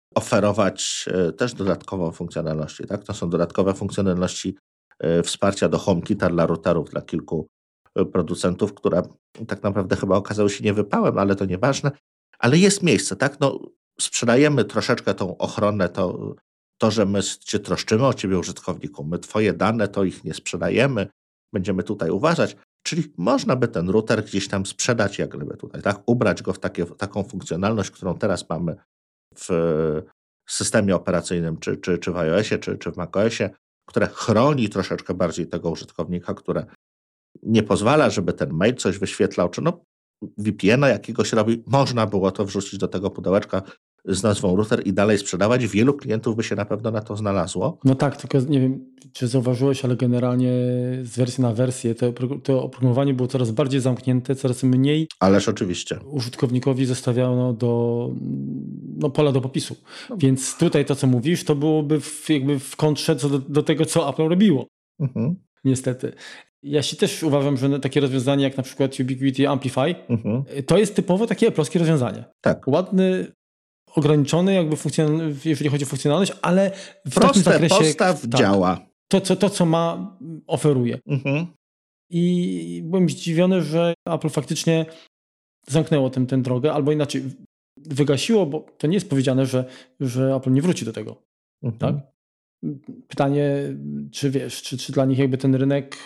oferować też dodatkowe funkcjonalności. Tak? To są dodatkowe funkcjonalności wsparcia do HomeKita dla routerów, dla kilku producentów, które tak naprawdę chyba okazały się niewypałem, ale to nieważne. Ale jest miejsce, tak? No, sprzedajemy troszeczkę tą ochronę, to, że my się troszczymy o ciebie, użytkowniku, my twoje dane, to ich nie sprzedajemy, będziemy tutaj uważać. Czyli można by ten router gdzieś tam sprzedać, jak gdyby tutaj, tak? Ubrać go w taką funkcjonalność, którą teraz mamy w systemie operacyjnym, czy w iOSie, czy w macOSie, które chroni troszeczkę bardziej tego użytkownika, które nie pozwala, żeby ten mail coś wyświetlał, czy VPN-a jakiegoś robi. Można było to wrzucić do tego pudełeczka z nazwą router i dalej sprzedawać. Wielu klientów by się na pewno na to znalazło. No tak, tylko nie wiem, czy zauważyłeś, ale generalnie z wersji na wersję to oprogramowanie było coraz bardziej zamknięte, coraz mniej Ależ oczywiście. Użytkownikowi zostawiano pola do popisu. Więc tutaj to, co mówisz, to byłoby jakby w kontrze do tego, co Apple robiło. Niestety. Ja się też uważam, że takie rozwiązanie jak na przykład Ubiquiti Amplify to jest typowo takie Apple'owskie rozwiązanie. Tak. Ładny, ograniczony jakby jeżeli chodzi o funkcjonalność, ale w takim zakresie postaw działa. To, co ma, oferuje. I byłem zdziwiony, że Apple faktycznie zamknęło tę drogę, albo inaczej wygasiło, bo to nie jest powiedziane, że Apple nie wróci do tego. Tak? Pytanie, czy dla nich jakby ten rynek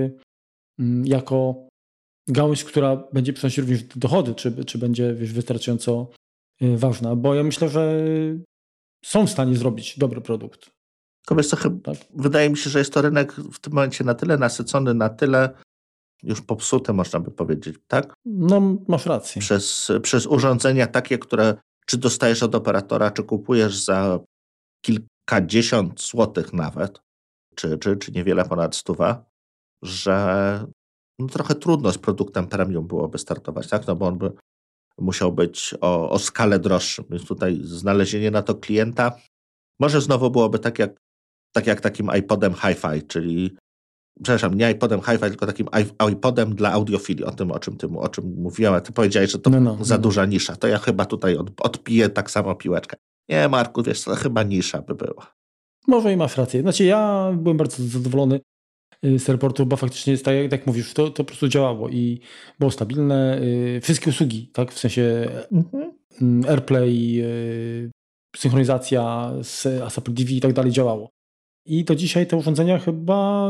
jako gałąź, która będzie przynosić również dochody, czy będzie wystarczająco ważna, bo ja myślę, że są w stanie zrobić dobry produkt. Tylko wiesz co, tak? Wydaje mi się, że jest to rynek w tym momencie na tyle nasycony, na tyle już popsuty, można by powiedzieć, tak? No, masz rację. Przez urządzenia takie, które czy dostajesz od operatora, czy kupujesz za kilkadziesiąt złotych nawet, czy niewiele ponad 100, że trochę trudno z produktem premium byłoby startować, tak? No bo on by musiał być o skalę droższym, więc tutaj znalezienie na to klienta może znowu byłoby tak jak takim iPodem Hi-Fi, czyli przepraszam, nie iPodem Hi-Fi, tylko takim iPodem dla audiofilii, o czym mówiłem, a ty powiedziałeś, że to za duża nisza. To ja chyba tutaj odpiję tak samo piłeczkę. Nie, Marku, wiesz co, chyba nisza by była. Może i masz rację. Znaczy ja byłem bardzo zadowolony z AirPortu, bo faktycznie jest tak, jak mówisz, to po prostu działało i było stabilne. Wszystkie usługi, tak, w sensie AirPlay, synchronizacja z Apple TV i tak dalej działało. I do dzisiaj te urządzenia chyba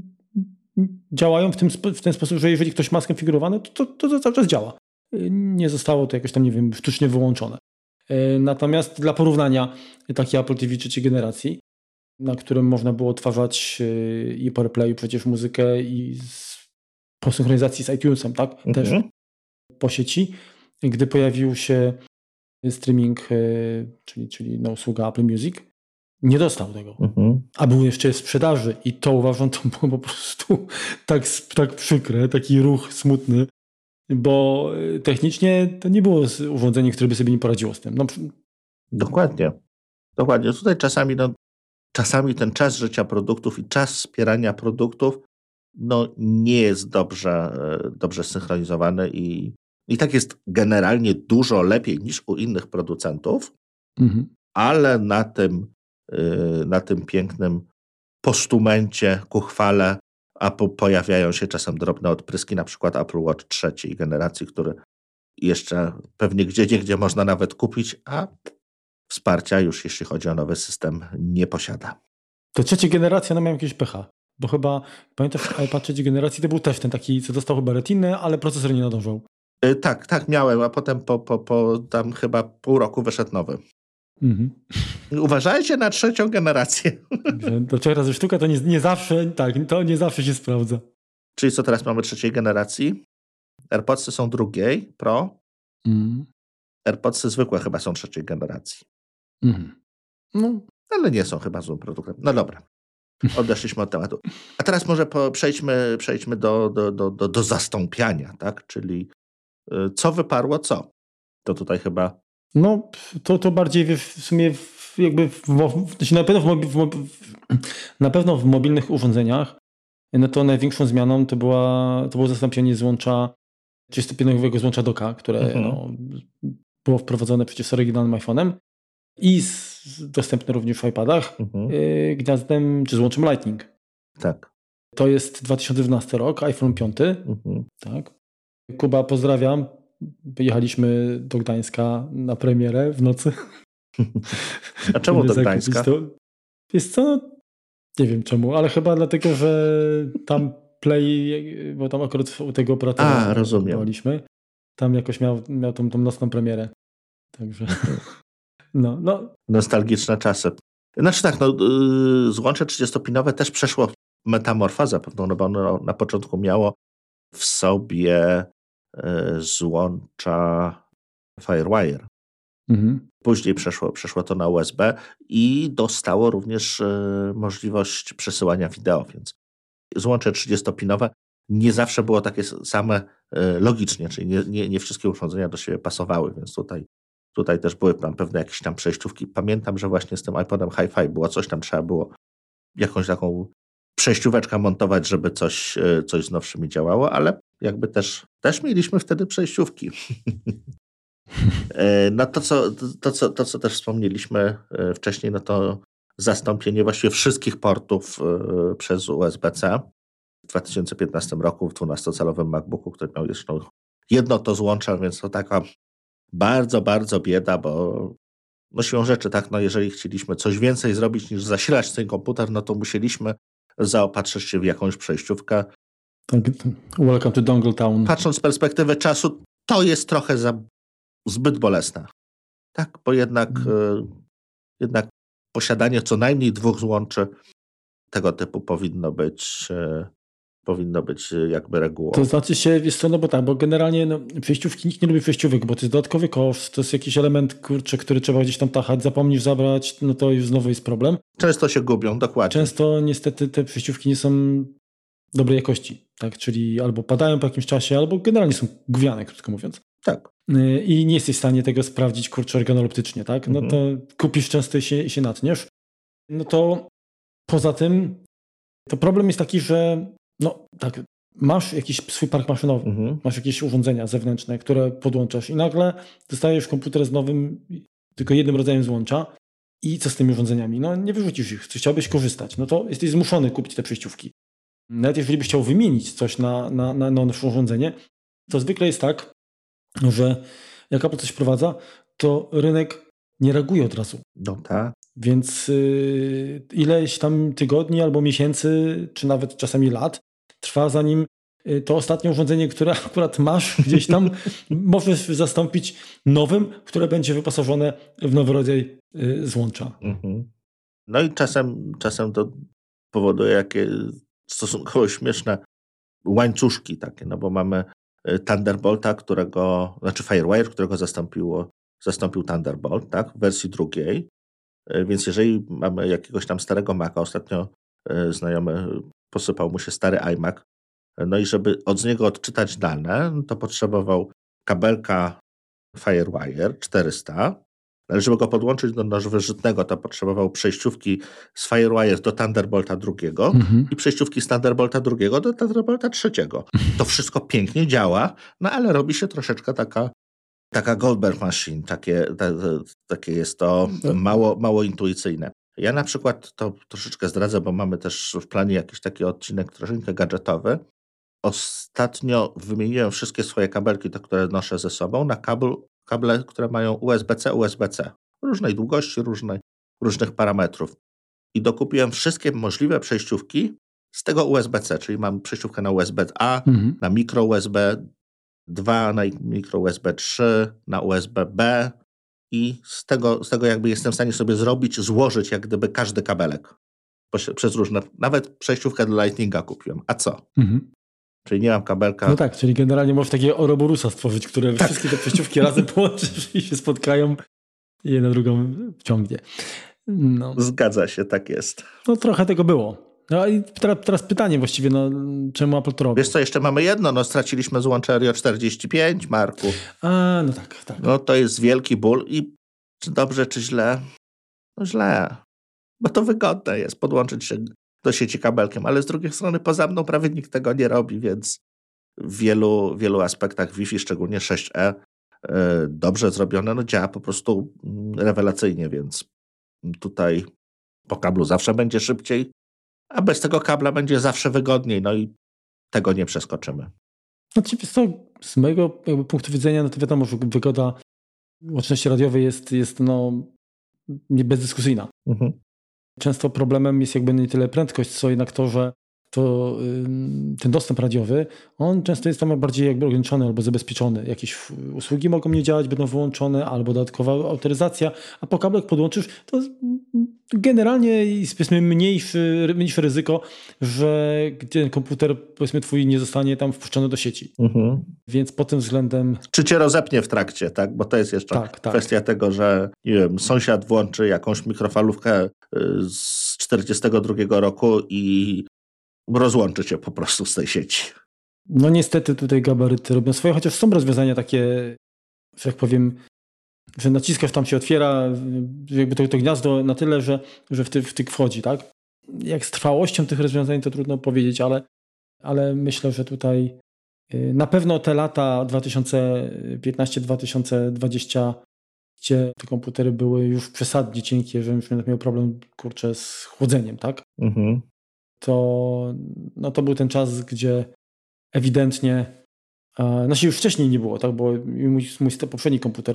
działają w ten sposób, że jeżeli ktoś ma skonfigurowane, to cały czas działa. Nie zostało to jakoś tam, nie wiem, sztucznie wyłączone. Natomiast dla porównania taki Apple TV trzeciej generacji, na którym można było odtwarzać i po AirPlayu przecież muzykę i po synchronizacji z iTunesem, tak? Też po sieci. Gdy pojawił się streaming, czyli usługa Apple Music, nie dostał tego. A był jeszcze w sprzedaży i to uważam, to było po prostu tak przykre, taki ruch smutny, bo technicznie to nie było urządzenie, które by sobie nie poradziło z tym. Dokładnie. Tutaj czasami ten czas życia produktów i czas wspierania produktów nie jest dobrze synchronizowany i tak jest generalnie dużo lepiej niż u innych producentów, ale na tym pięknym postumencie ku chwale Apple pojawiają się czasem drobne odpryski, na przykład Apple Watch trzeciej generacji, który jeszcze pewnie gdzie można nawet kupić, a wsparcia już jeśli chodzi o nowy system nie posiada. To trzecia generacja miała jakieś pecha, bo chyba, pamiętasz, iPad trzeciej generacji to był też ten taki, co dostał chyba retinę, ale procesor nie nadążał. Tak, miałem, a potem po tam chyba pół roku wyszedł nowy. Uważajcie na trzecią generację. To 3 razy sztuka to nie zawsze się sprawdza. Czyli co teraz mamy trzeciej generacji? AirPodsy są drugiej, Pro. AirPodsy zwykłe chyba są trzeciej generacji. Ale nie są chyba złym produktem. No dobra, odeszliśmy od tematu. A teraz może przejdźmy do zastąpiania, tak? Czyli co wyparło co? To tutaj chyba... To bardziej w sumie jakby na pewno w mobilnych urządzeniach to największą zmianą to było zastąpienie złącza 31-nowego złącza docka, które było wprowadzone przecież z oryginalnym iPhone'em i dostępny również w iPadach gniazdem czy złączem Lightning. Tak. To jest 2012 rok, iPhone 5. Tak. Kuba, pozdrawiam. Jechaliśmy do Gdańska na premierę w nocy. A czemu do Gdańska? Jest co? Nie wiem czemu, ale chyba dlatego, że tam Play, bo tam akurat u tego operatora byliśmy, tam jakoś miał tą nocną premierę. Także no. Nostalgiczne czasy. Znaczy tak, złącze 30-pinowe też przeszło metamorfazę pewną, no bo ono na początku miało w sobie złącza Firewire. Później przeszło to na USB i dostało również możliwość przesyłania wideo, więc złącze 30-pinowe nie zawsze było takie same logicznie, czyli nie wszystkie urządzenia do siebie pasowały, więc tutaj też były tam pewne jakieś tam przejściówki. Pamiętam, że właśnie z tym iPodem Hi-Fi było coś tam, trzeba było jakąś taką przejścióweczkę montować, żeby coś z nowszymi działało, ale jakby też mieliśmy wtedy przejściówki. No to, co też wspomnieliśmy wcześniej, no to zastąpienie właściwie wszystkich portów przez USB-C w 2015 roku w 12-calowym MacBooku, który miał jeszcze jedno to złącze, więc to taka bardzo, bardzo bieda, bo siłą rzeczy, tak, jeżeli chcieliśmy coś więcej zrobić niż zasilać ten komputer, no to musieliśmy zaopatrzyć się w jakąś przejściówkę. Tak, welcome to Dongle Town. Patrząc z perspektywy czasu, to jest trochę zbyt bolesne. Tak, bo jednak posiadanie co najmniej 2 złączy tego typu powinno być jakby regułą. To znaczy się, wiesz co, bo generalnie przejściówki, nikt nie lubi przejściówek, bo to jest dodatkowy koszt, to jest jakiś element, który trzeba gdzieś tam tachać, zapomnisz zabrać, no to już znowu jest problem. Często się gubią, dokładnie. Często niestety te przejściówki nie są dobrej jakości, tak, czyli albo padają po jakimś czasie, albo generalnie są gówniane, krótko mówiąc. Tak. I nie jesteś w stanie tego sprawdzić, organoleptycznie, tak? No to kupisz często i się natniesz. No to poza tym to problem jest taki, że tak, masz jakiś swój park maszynowy, masz jakieś urządzenia zewnętrzne, które podłączasz i nagle dostajesz komputer z nowym, tylko jednym rodzajem złącza i co z tymi urządzeniami? No nie wyrzucisz ich, chciałbyś korzystać, no to jesteś zmuszony kupić te przejściówki. Nawet jeżeli byś chciał wymienić coś na nasze urządzenie, to zwykle jest tak, że jak Apple coś wprowadza, to rynek nie reaguje od razu. No tak. Więc ileś tam tygodni albo miesięcy, czy nawet czasami lat trwa, zanim to ostatnie urządzenie, które akurat masz gdzieś tam, możesz zastąpić nowym, które będzie wyposażone w nowy rodzaj złącza. No i czasem to powoduje jakie stosunkowo śmieszne łańcuszki takie, no bo mamy Thunderbolta, Firewire, którego zastąpił Thunderbolt, tak, w wersji drugiej. Więc jeżeli mamy jakiegoś tam starego Maca, ostatnio znajomy posypał mu się stary iMac, no i żeby z niego odczytać dane, to potrzebował kabelka Firewire 400, ale żeby go podłączyć do nowożytnego, to potrzebował przejściówki z Firewire do Thunderbolta drugiego i przejściówki z Thunderbolta drugiego do Thunderbolta trzeciego. To wszystko pięknie działa, no ale robi się troszeczkę taka Goldberg machine, takie jest to mało intuicyjne. Ja na przykład to troszeczkę zdradzę, bo mamy też w planie jakiś taki odcinek troszeczkę gadżetowy. Ostatnio wymieniłem wszystkie swoje kabelki, te, które noszę ze sobą, na kable, które mają USB-C, różnej długości, różnych parametrów. I dokupiłem wszystkie możliwe przejściówki z tego USB-C, czyli mam przejściówkę na USB-A, na micro USB 2, na micro USB 3, na USB-B i z tego jakby jestem w stanie sobie złożyć jak gdyby każdy kabelek przez różne, nawet przejściówkę do Lightninga kupiłem. A co? Czyli nie mam kabelka. No tak, czyli generalnie możesz takiego Ouroborusa stworzyć, które wszystkie te przejściówki razem połączysz i się spotkają i jedna drugą wciągnie. No. Zgadza się, tak jest. No trochę tego było. No i teraz pytanie właściwie, czemu Apple to robi? Wiesz co, jeszcze mamy jedno, straciliśmy złącze Rio 45, Marku. A, no tak. No to jest wielki ból i czy dobrze, czy źle? No źle, bo to wygodne jest podłączyć się do sieci kabelkiem, ale z drugiej strony poza mną prawie nikt tego nie robi, więc w wielu aspektach Wi-Fi, szczególnie 6E, dobrze zrobione, działa po prostu rewelacyjnie, więc tutaj po kablu zawsze będzie szybciej, a bez tego kabla będzie zawsze wygodniej, no i tego nie przeskoczymy. Znaczy, z mojego punktu widzenia, no to wiadomo, że wygoda łączności radiowej jest nie bezdyskusyjna. Często problemem jest jakby nie tyle prędkość, co jednak to, że ten dostęp radiowy, on często jest tam bardziej jakby ograniczony albo zabezpieczony. Jakieś usługi mogą nie działać, będą wyłączone, albo dodatkowa autoryzacja, a po kablu jak podłączysz, to generalnie jest powiedzmy mniejsze ryzyko, że ten komputer powiedzmy twój nie zostanie tam wpuszczony do sieci. Więc pod tym względem... Czy cię rozepnie w trakcie, tak? Bo to jest jeszcze kwestia tego, że nie wiem, sąsiad włączy jakąś mikrofalówkę z 42 roku i rozłączy cię po prostu z tej sieci. No niestety tutaj gabaryty robią swoje, chociaż są rozwiązania takie, że jak powiem, że naciskasz, tam się otwiera jakby to gniazdo na tyle, że w tyk wchodzi, tak? Jak z trwałością tych rozwiązań to trudno powiedzieć, ale myślę, że tutaj na pewno te lata 2015-2020, gdzie te komputery były już przesadnie cienkie, że już miał problem, z chłodzeniem, tak? To był ten czas, gdzie ewidentnie, już wcześniej nie było, tak, bo mój poprzedni komputer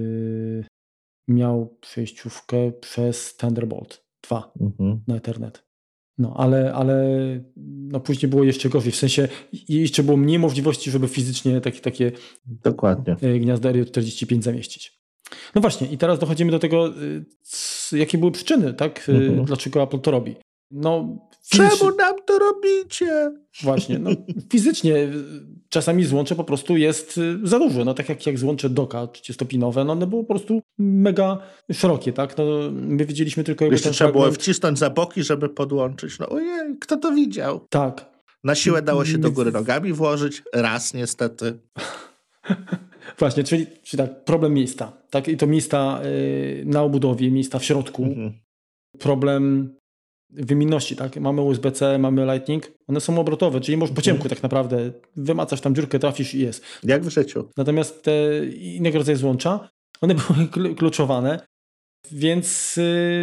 miał przejściówkę przez Thunderbolt 2 na Ethernet. No, ale później było jeszcze gorzej, w sensie jeszcze było mniej możliwości, żeby fizycznie takie dokładnie gniazdo RJ45 zamieścić. No właśnie, i teraz dochodzimy do tego, jakie były przyczyny, tak, dlaczego Apple to robi. Czemu nam to robicie? Właśnie, fizycznie czasami złącze po prostu jest za duże. Tak jak złącze docka 30-pinowe, one były po prostu mega szerokie, tak? My widzieliśmy tylko... Jeszcze trzeba było wcisnąć za boki, żeby podłączyć. Ojej, kto to widział? Tak. Na siłę dało się do góry nogami włożyć. Raz niestety. Właśnie, czyli tak, problem miejsca. Tak? I to miejsca na obudowie, miejsca w środku. Problem wymienności, tak? Mamy USB-C, mamy Lightning, one są obrotowe, czyli możesz po ciemku tak naprawdę wymacasz tam dziurkę, trafisz i jest. Jak w życiu. Natomiast te innego rodzaju złącza, one były kluczowane, więc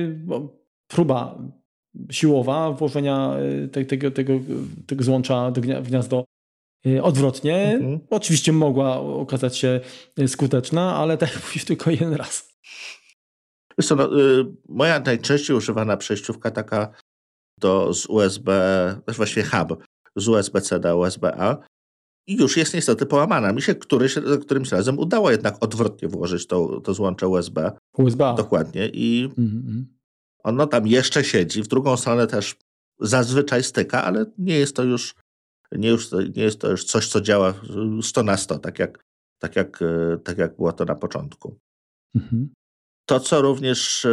próba siłowa włożenia tego złącza w gniazdo odwrotnie oczywiście mogła okazać się skuteczna, ale tak jak mówisz, tylko jeden raz. Wiesz co, moja najczęściej używana przejściówka taka z USB, właściwie hub z USB-C do USB-A i już jest niestety połamana. Mi się którymś razem udało jednak odwrotnie włożyć to złącze USB. USB-A. Dokładnie. I ono tam jeszcze siedzi. W drugą stronę też zazwyczaj styka, ale nie jest to już coś, co działa 100 na 100, tak jak było to na początku. To, co również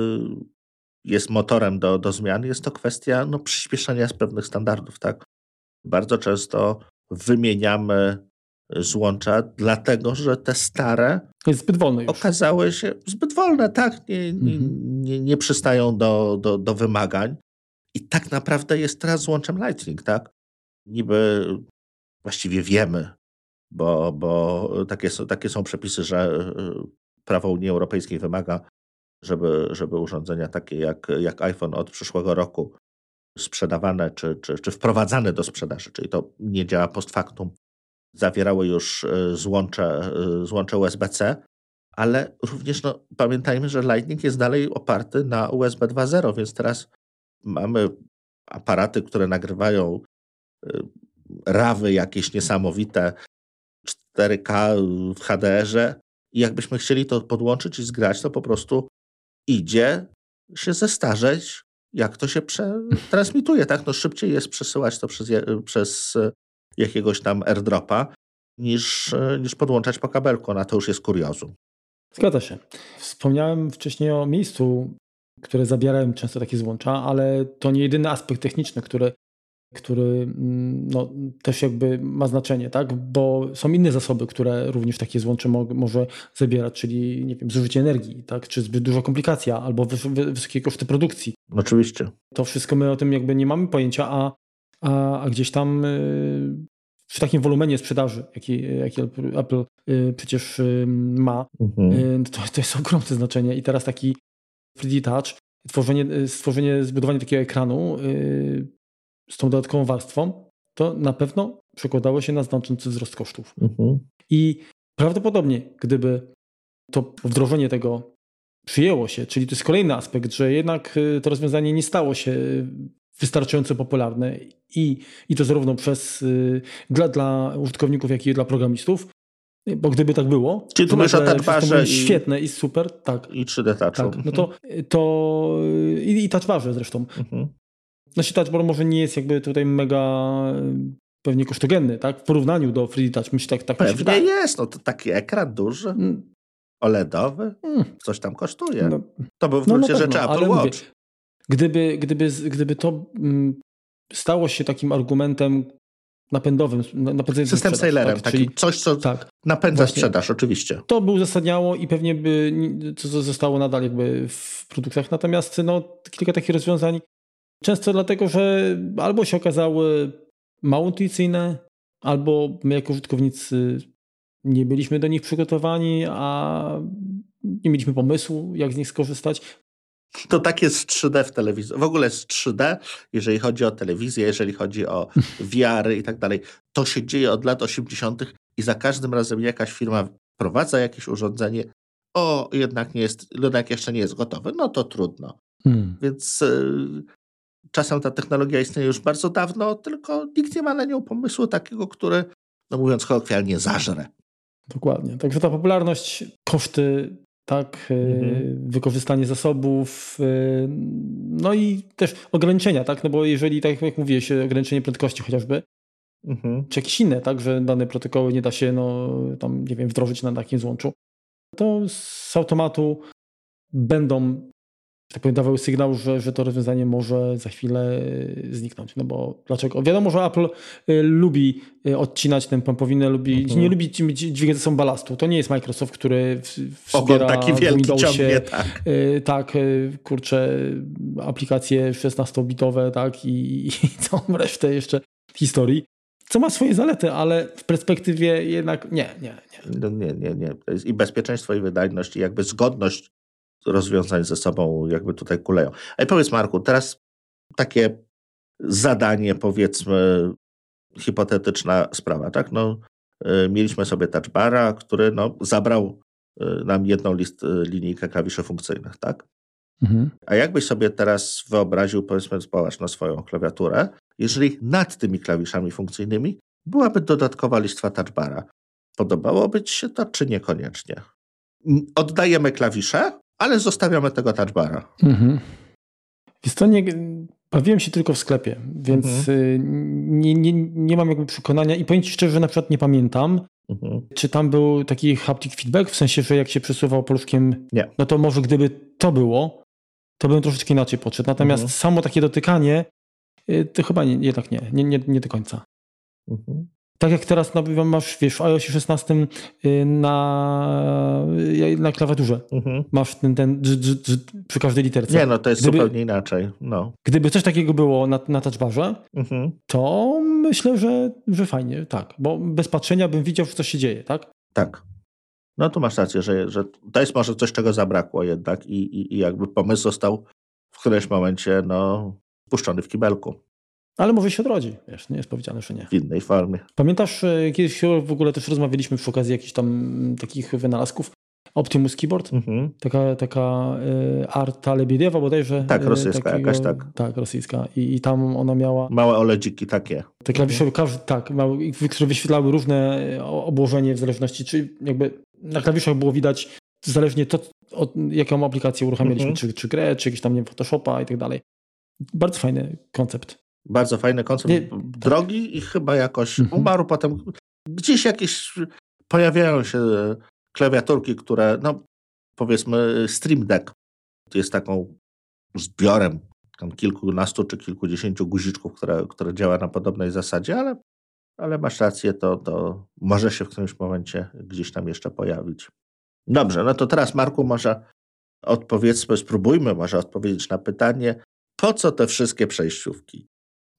jest motorem do zmian, jest to kwestia przyspieszenia z pewnych standardów. Tak? Bardzo często wymieniamy złącza, dlatego że te stare jest zbyt wolne już. Okazały się zbyt wolne, tak? Nie przystają do wymagań. I tak naprawdę jest teraz złączem Lightning, tak? Niby właściwie wiemy, bo takie są przepisy, że prawo Unii Europejskiej wymaga, żeby urządzenia takie jak iPhone od przyszłego roku sprzedawane czy wprowadzane do sprzedaży, czyli to nie działa post factum, zawierały już złącze USB-C, ale również pamiętajmy, że Lightning jest dalej oparty na USB 2.0, więc teraz mamy aparaty, które nagrywają rawy jakieś niesamowite 4K w HDR-ze i jakbyśmy chcieli to podłączyć i zgrać, to po prostu idzie się zestarzeć, jak to się transmituje. Tak? Szybciej jest przesyłać to przez jakiegoś tam airdropa, niż podłączać po kabelku. Na to już jest kuriozum. Zgadza się. Wspomniałem wcześniej o miejscu, które zabierają często takie złącza, ale to nie jedyny aspekt techniczny, który też jakby ma znaczenie, tak? Bo są inne zasoby, które również takie złącze może zabierać, czyli nie wiem, zużycie energii, tak? Czy zbyt duża komplikacja, albo wysokie koszty produkcji. Oczywiście. To wszystko my o tym jakby nie mamy pojęcia, a gdzieś tam przy takim wolumenie sprzedaży, jaki Apple przecież ma, to jest ogromne znaczenie. I teraz taki 3D Touch, zbudowanie takiego ekranu z tą dodatkową warstwą, to na pewno przekładało się na znaczący wzrost kosztów. I prawdopodobnie, gdyby to wdrożenie tego przyjęło się, czyli to jest kolejny aspekt, że jednak to rozwiązanie nie stało się wystarczająco popularne i to zarówno dla użytkowników, jak i dla programistów, bo gdyby tak było, czyli tu mówisz o Touch Barze świetne i super, tak. I 3D Touchu. Tak, no to i Touch Barze zresztą. Znaczy Touch Bar może nie jest jakby tutaj mega pewnie kosztogenny, tak? W porównaniu do 3D Touch. Myślę, tak pewnie jest, no to taki ekran duży, OLEDowy, coś tam kosztuje. No, to był w gruncie rzeczy Apple Watch. Mówię, gdyby to stało się takim argumentem napędowym, napędzającym system sellerem, tak? Czyli coś, co napędza sprzedaż, oczywiście. To by uzasadniało i pewnie by to zostało nadal jakby w produktach. Natomiast kilka takich rozwiązań często dlatego, że albo się okazały mało intuicyjne, albo my jako użytkownicy nie byliśmy do nich przygotowani, a nie mieliśmy pomysłu, jak z nich skorzystać. To tak jest 3D w telewizji. W ogóle jest 3D, jeżeli chodzi o telewizję, jeżeli chodzi o VR i tak dalej. To się dzieje od lat 80. i za każdym razem jakaś firma wprowadza jakieś urządzenie, jednak jeszcze nie jest gotowe. No to trudno. Więc czasem ta technologia istnieje już bardzo dawno, tylko nikt nie ma na nią pomysłu takiego, który, no mówiąc kolokwialnie, zażre. Dokładnie. Także ta popularność, koszty, tak, wykorzystanie zasobów, no i też ograniczenia, tak, no bo jeżeli, tak jak mówiłeś, ograniczenie prędkości chociażby, czy jakieś inne, tak, że dane protokoły nie da się, tam, nie wiem, wdrożyć na takim złączu, to z automatu będą, tak powiem, dawały sygnał, że to rozwiązanie może za chwilę zniknąć. No bo dlaczego? Wiadomo, że Apple lubi odcinać tę pępowinę, nie lubi dźwigać ze sobą balastu. To nie jest Microsoft, który wspiera taki wielki Windowsie, ciągnie, tak, kurczę, aplikacje 16-bitowe, tak, i całą resztę jeszcze historii. Co ma swoje zalety, ale w perspektywie jednak nie. Nie. To jest i bezpieczeństwo, i wydajność, i jakby zgodność rozwiązań ze sobą jakby tutaj kuleją. A powiedz, Marku, teraz takie zadanie, powiedzmy, hipotetyczna sprawa, tak? Mieliśmy sobie Touch Bara, który zabrał nam jedną linijkę klawiszy funkcyjnych, tak? A jakbyś sobie teraz wyobraził, powiedzmy, zobacz na swoją klawiaturę, jeżeli nad tymi klawiszami funkcyjnymi byłaby dodatkowa listwa Touch Bara. Podobałoby ci się to, czy niekoniecznie? Oddajemy klawisze, ale zostawiamy tego Touch Bara. Wiesz co, bawiłem się tylko w sklepie, więc nie mam jakby przekonania i powiem ci szczerze, że na przykład nie pamiętam, czy tam był taki haptic feedback, w sensie, że jak się przesuwał paluszkiem, no to może gdyby to było, to bym troszeczkę inaczej podszedł. Natomiast samo takie dotykanie, to chyba jednak nie do końca. Tak jak teraz masz, wiesz, w iOS 16 na klawiaturze masz ten przy każdej literce. Nie, to jest zupełnie inaczej. Gdyby coś takiego było na Touch Barze, to myślę, że fajnie, tak. Bo bez patrzenia bym widział, co się dzieje, tak? Tak. No tu masz rację, że to jest może coś, czego zabrakło jednak i jakby pomysł został w którymś momencie wpuszczony w kibelku. Ale może się odrodzi, wiesz, nie jest powiedziane, że nie. W innej formie. Pamiętasz, kiedyś w ogóle też rozmawialiśmy przy okazji jakichś tam takich wynalazków, Optimus Keyboard, taka Arta Lebediewa bodajże. Tak, rosyjska jakaś, tak. Tak, rosyjska. I tam ona miała... Małe OLEDziki takie. Te klawisze, które wyświetlały różne obłożenie w zależności, czy jakby na klawiszach było widać zależnie to, jaką aplikację uruchamialiśmy, czy grę, czy jakieś tam, nie wiem, Photoshopa i tak dalej. Bardzo fajny koncept. Bardzo fajny koncept, drogi i chyba jakoś umarł. Potem gdzieś jakieś pojawiają się klawiaturki, które, powiedzmy Stream Deck jest taką zbiorem tam kilkunastu czy kilkudziesięciu guziczków, które działa na podobnej zasadzie, ale masz rację, to może się w którymś momencie gdzieś tam jeszcze pojawić. Dobrze, to teraz, Marku, może spróbujmy może odpowiedzieć na pytanie, po co te wszystkie przejściówki?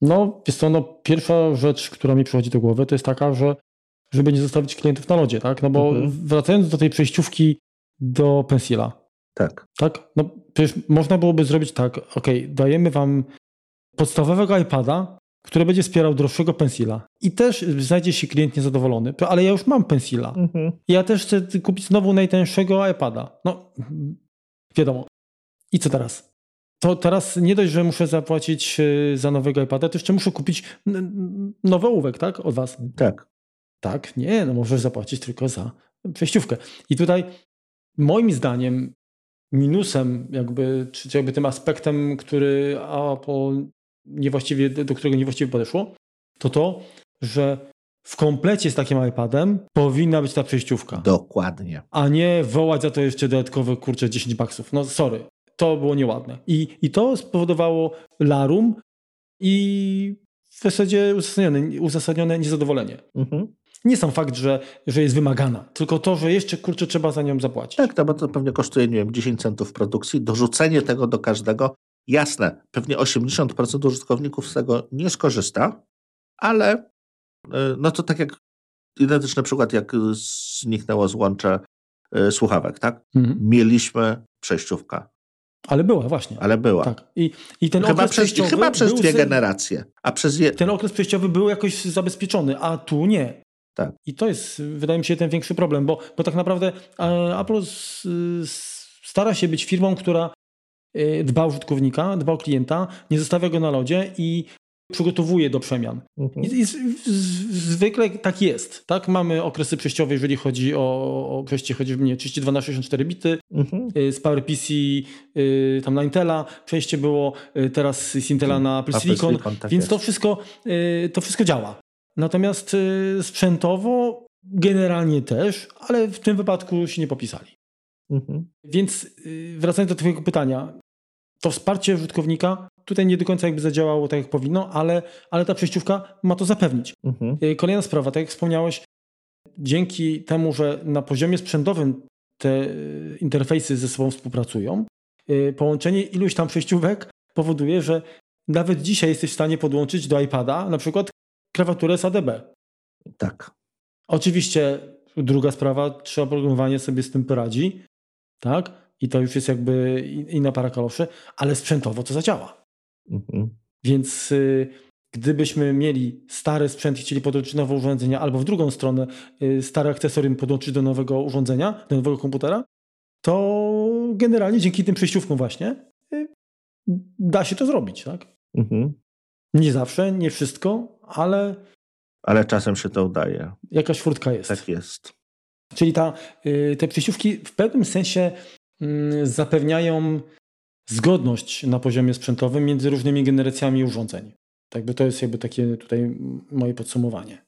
No, wiesz co, pierwsza rzecz, która mi przychodzi do głowy, to jest taka, że żeby nie zostawić klientów na lodzie, tak? No bo wracając do tej przejściówki do Pencila. Tak. Tak? No przecież można byłoby zrobić tak, dajemy wam podstawowego iPada, który będzie wspierał droższego Pencila. I też znajdzie się klient niezadowolony, ale ja już mam Pencila. Ja też chcę kupić znowu najtańszego iPada. No, wiadomo. I co teraz? To teraz nie dość, że muszę zapłacić za nowego iPada, to jeszcze muszę kupić nowy ołówek, tak? Od was. Tak. Tak? Nie, możesz zapłacić tylko za przejściówkę. I tutaj moim zdaniem minusem czy jakby tym aspektem, który do którego niewłaściwie podeszło, to, że w komplecie z takim iPadem powinna być ta przejściówka. Dokładnie. A nie wołać za to jeszcze dodatkowe, $10. No sorry, to było nieładne. I to spowodowało larum i w zasadzie uzasadnione niezadowolenie. Nie sam fakt, że jest wymagana, tylko to, że jeszcze trzeba za nią zapłacić. Tak, no bo to pewnie kosztuje, 10 centów w produkcji. Dorzucenie tego do każdego, jasne, pewnie 80% użytkowników z tego nie skorzysta, ale no to tak jak identyczny przykład, jak zniknęło złącze słuchawek, tak? Mieliśmy przejściówkę. Ale była, właśnie. Ale była. Tak. I ten okres przejściowy chyba przez 2 generacje. Ten okres przejściowy był jakoś zabezpieczony, a tu nie. Tak. I to jest, wydaje mi się, ten większy problem, bo tak naprawdę Apple stara się być firmą, która dba o użytkownika, dba o klienta, nie zostawia go na lodzie i przygotowuje do przemian. I zwykle tak jest. Tak? Mamy okresy przejściowe, jeżeli chodzi o przejście choćby 32 na 64 bity, z PowerPC tam na Intela, przejście było teraz z Intela na Apple Silicon, tak więc to wszystko działa. Natomiast sprzętowo generalnie też, ale w tym wypadku się nie popisali. Więc wracając do twojego pytania, to wsparcie użytkownika tutaj nie do końca jakby zadziałało tak jak powinno, ale ta przejściówka ma to zapewnić. Kolejna sprawa, tak jak wspomniałeś, dzięki temu, że na poziomie sprzętowym te interfejsy ze sobą współpracują, połączenie iluś tam przejściówek powoduje, że nawet dzisiaj jesteś w stanie podłączyć do iPada na przykład klawiaturę z ADB. Tak. Oczywiście druga sprawa, czy oprogramowanie sobie z tym poradzi, tak? I to już jest jakby inna para kaloszy, ale sprzętowo to zadziała. Więc gdybyśmy mieli stary sprzęt i chcieli podłączyć nowe urządzenia, albo w drugą stronę stare akcesorium podłączyć do nowego urządzenia, do nowego komputera, to generalnie dzięki tym przejściówkom właśnie da się to zrobić, tak? Nie zawsze, nie wszystko, ale czasem się to udaje. Jakaś furtka jest. Tak jest. Czyli te przejściówki w pewnym sensie zapewniają zgodność na poziomie sprzętowym między różnymi generacjami urządzeń. To jest jakby takie tutaj moje podsumowanie.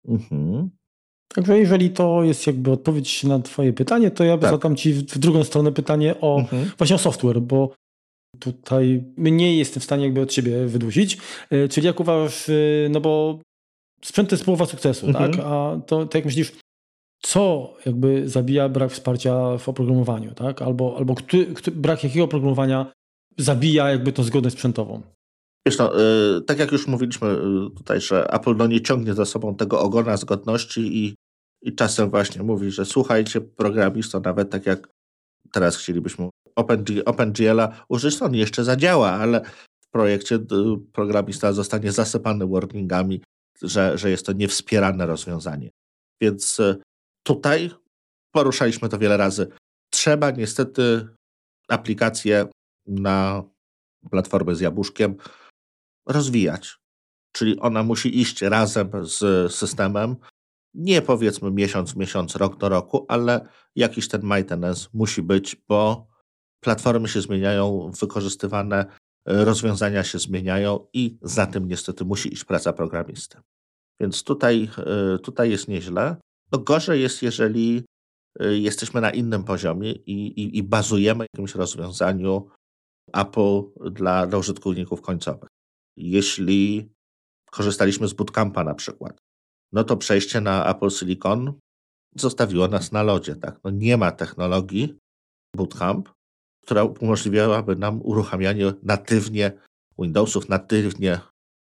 Także jeżeli to jest jakby odpowiedź na twoje pytanie, to ja zadam ci w drugą stronę pytanie właśnie o software, bo tutaj mniej jestem w stanie jakby od ciebie wydusić. Czyli jak uważasz, no bo sprzęt to jest połowa sukcesu, tak? A to jak myślisz, co jakby zabija brak wsparcia w oprogramowaniu, tak? Albo brak jakiego oprogramowania zabija jakby tą zgodność sprzętową? Wiesz tak jak już mówiliśmy tutaj, że Apple nie ciągnie za sobą tego ogona zgodności i czasem właśnie mówi, że słuchajcie, programisto, nawet tak jak teraz chcielibyśmy OpenGL-a użyć, to on jeszcze zadziała, ale w projekcie programista zostanie zasypany warningami, że jest to niewspierane rozwiązanie. Więc tutaj poruszaliśmy to wiele razy. Trzeba niestety aplikację na platformę z jabłuszkiem rozwijać. Czyli ona musi iść razem z systemem. Nie powiedzmy miesiąc w miesiąc, rok do roku, ale jakiś ten maintenance musi być, bo platformy się zmieniają, wykorzystywane rozwiązania się zmieniają i za tym niestety musi iść praca programisty. Więc tutaj jest nieźle. No gorzej jest, jeżeli jesteśmy na innym poziomie i bazujemy na jakimś rozwiązaniu Apple dla użytkowników końcowych. Jeśli korzystaliśmy z Bootcampa na przykład, no to przejście na Apple Silicon zostawiło nas na lodzie. Tak? No nie ma technologii Bootcamp, która umożliwiałaby nam uruchamianie natywnie Windowsów, natywnie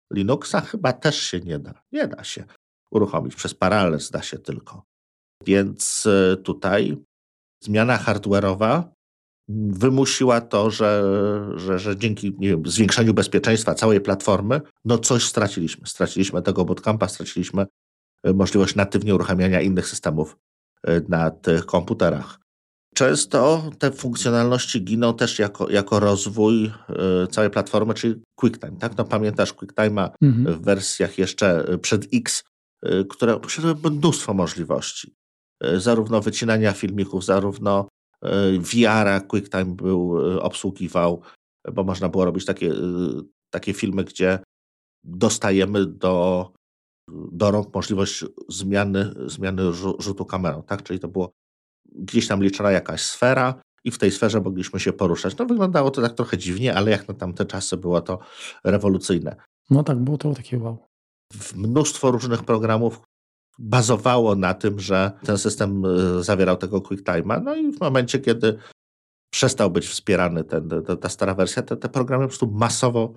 Linuxa chyba też się nie da. Nie da się uruchomić. Przez paralels da się tylko. Więc tutaj zmiana hardware'owa wymusiła to, że dzięki zwiększeniu bezpieczeństwa całej platformy, no coś straciliśmy. Straciliśmy tego bootcampa, straciliśmy możliwość natywnie uruchamiania innych systemów na tych komputerach. Często te funkcjonalności giną też jako rozwój całej platformy, czyli QuickTime. Tak? No, pamiętasz QuickTime'a w wersjach jeszcze przed X, które posiadały mnóstwo możliwości. Zarówno wycinania filmików, zarówno VR-a QuickTime obsługiwał, bo można było robić takie filmy, gdzie dostajemy do rąk możliwość zmiany rzutu kamerą. Tak? Czyli to było gdzieś tam liczona jakaś sfera i w tej sferze mogliśmy się poruszać. No wyglądało to tak trochę dziwnie, ale jak na tamte czasy było to rewolucyjne. No tak, było to takie wow. Mnóstwo różnych programów bazowało na tym, że ten system zawierał tego QuickTime'a. No i w momencie, kiedy przestał być wspierany ta stara wersja, te programy po prostu masowo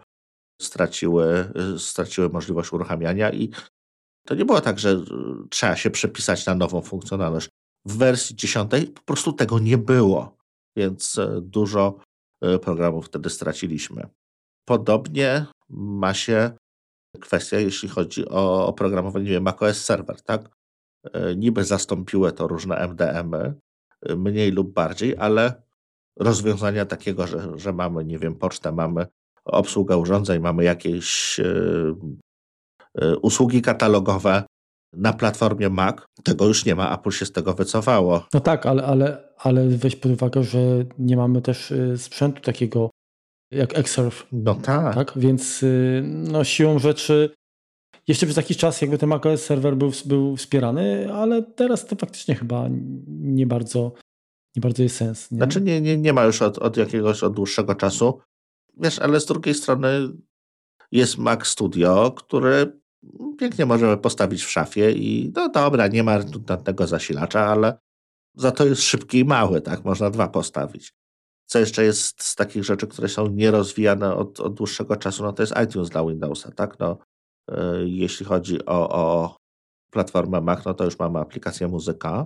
straciły możliwość uruchamiania i to nie było tak, że trzeba się przepisać na nową funkcjonalność. W wersji 10 po prostu tego nie było, więc dużo programów wtedy straciliśmy. Podobnie ma się kwestia, jeśli chodzi o oprogramowanie macOS Server, tak? Niby zastąpiły to różne MDM-y, mniej lub bardziej, ale rozwiązania takiego, że mamy, nie wiem, pocztę, mamy obsługę urządzeń, mamy jakieś usługi katalogowe na platformie Mac, tego już nie ma, Apple się z tego wycofało. No tak, ale weź pod uwagę, że nie mamy też sprzętu takiego jak Xserve. No tak. Tak, więc no, siłą rzeczy jeszcze przez jakiś czas jakby ten macOS serwer był wspierany, ale teraz to faktycznie chyba nie bardzo jest sens. Nie? Znaczy nie ma już od dłuższego czasu. Wiesz, ale z drugiej strony jest Mac Studio, który pięknie możemy postawić w szafie i no dobra, nie ma redundantnego zasilacza, ale za to jest szybki i mały, tak? Można 2 postawić. Co jeszcze jest z takich rzeczy, które są nierozwijane od dłuższego czasu, no to jest iTunes dla Windowsa, tak? No, jeśli chodzi o platformę Mac, no to już mamy aplikację muzyka,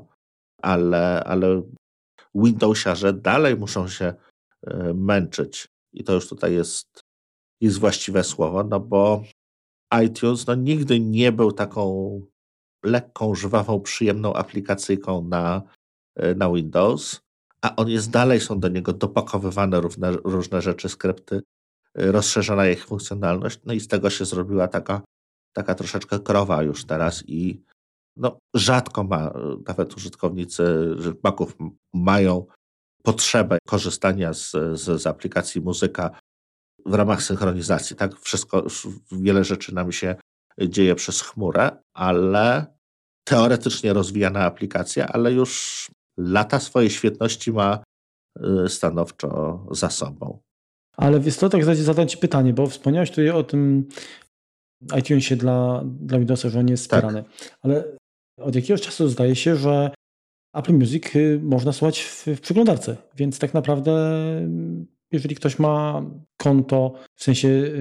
ale Windowsiarze dalej muszą się męczyć i to już tutaj jest właściwe słowo, no bo iTunes no, nigdy nie był taką lekką, żwawą, przyjemną aplikacyjką na Windows, a są do niego dopakowywane różne rzeczy, skrypty, rozszerzona ich funkcjonalność, no i z tego się zrobiła taka troszeczkę krowa już teraz i no, rzadko nawet użytkownicy Maców mają potrzebę korzystania z aplikacji muzyka w ramach synchronizacji. Tak? Wiele rzeczy nam się dzieje przez chmurę, ale teoretycznie rozwijana aplikacja, ale już lata swojej świetności ma stanowczo za sobą. Ale wiesz co, tak zadam Ci pytanie, bo wspomniałeś tutaj o tym iTunesie dla Windowsa, że on jest wspierany. Tak. Ale od jakiegoś czasu zdaje się, że Apple Music można słuchać w przeglądarce, więc tak naprawdę jeżeli ktoś ma konto, w sensie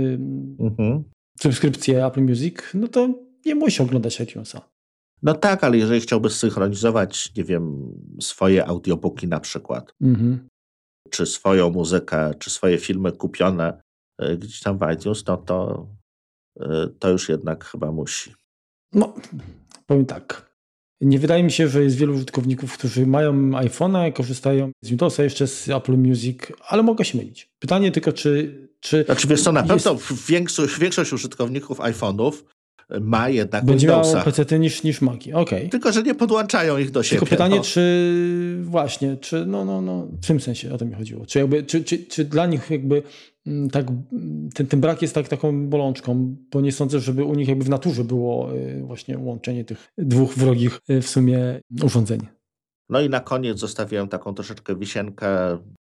subskrypcję Apple Music, no to nie musi oglądać iTunesa. No tak, ale jeżeli chciałby synchronizować, nie wiem, swoje audiobooki na przykład, czy swoją muzykę, czy swoje filmy kupione gdzieś tam w iTunes, no to już jednak chyba musi. No, powiem tak. Nie wydaje mi się, że jest wielu użytkowników, którzy mają iPhone'a i korzystają z Windowsa, jeszcze z Apple Music, ale mogę się mylić. Pytanie tylko, czy znaczy wiesz co, na pewno większość użytkowników iPhone'ów ma jednak będzie Windowsa. Będzie miał PC-ty niż Maci, okej. Tylko, że nie podłączają ich do siebie. Tylko pytanie, czy w tym sensie o to mi chodziło. Czy dla nich jakby tak, ten brak jest taką bolączką, bo nie sądzę, żeby u nich jakby w naturze było właśnie łączenie tych 2 wrogich w sumie urządzeń. No i na koniec zostawiłem taką troszeczkę wisienkę,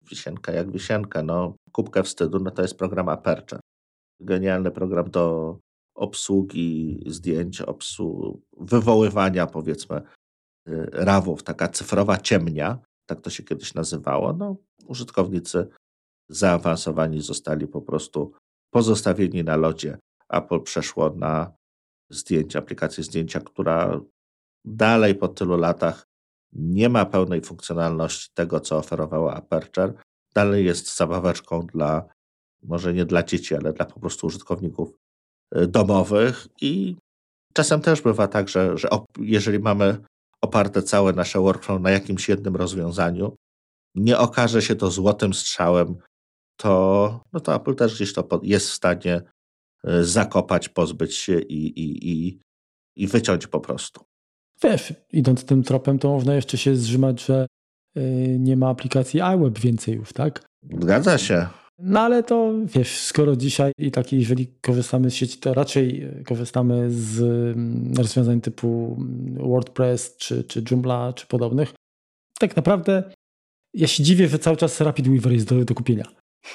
no kubkę wstydu, no to jest program Aperture. Genialny program do obsługi zdjęć, wywoływania powiedzmy RAW-ów, taka cyfrowa ciemnia, tak to się kiedyś nazywało. No, użytkownicy zaawansowani zostali po prostu pozostawieni na lodzie Apple przeszło na aplikację zdjęcia, która dalej po tylu latach nie ma pełnej funkcjonalności tego, co oferowała Aperture. Dalej jest zabaweczką może nie dla dzieci, ale dla po prostu użytkowników domowych i czasem też bywa tak, że jeżeli mamy oparte całe nasze workflow na jakimś jednym rozwiązaniu, nie okaże się to złotym strzałem, to Apple też gdzieś to jest w stanie zakopać, pozbyć się i wyciąć po prostu. Wiesz, idąc tym tropem, to można jeszcze się zrzymać, że nie ma aplikacji iWeb więcej już, tak? Zgadza się. No ale to wiesz, skoro dzisiaj jeżeli korzystamy z sieci, to raczej korzystamy z rozwiązań typu WordPress, czy Joomla, czy podobnych. Tak naprawdę ja się dziwię, że cały czas RapidWeaver jest do kupienia.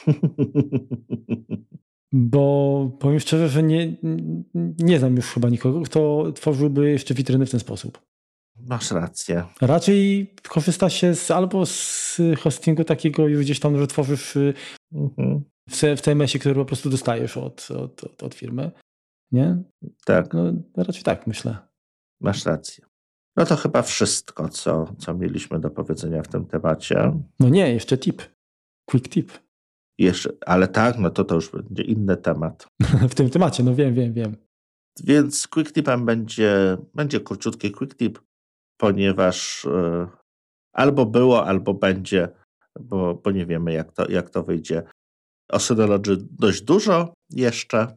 Bo powiem szczerze, że nie znam już chyba nikogo, kto tworzyłby jeszcze witryny w ten sposób. Masz rację. Raczej korzysta się albo z hostingu takiego już gdzieś tam, że tworzysz w CMS-ie, który po prostu dostajesz od firmy. Nie? Tak. No, raczej tak myślę. Masz rację. No to chyba wszystko, co mieliśmy do powiedzenia w tym temacie. No nie, jeszcze tip. Quick tip. Ale tak, no to już będzie inny temat. W tym temacie, no wiem. Więc quick tipem będzie króciutki quick tip, ponieważ albo było, albo będzie, bo nie wiemy jak to wyjdzie. O Synology dość dużo jeszcze,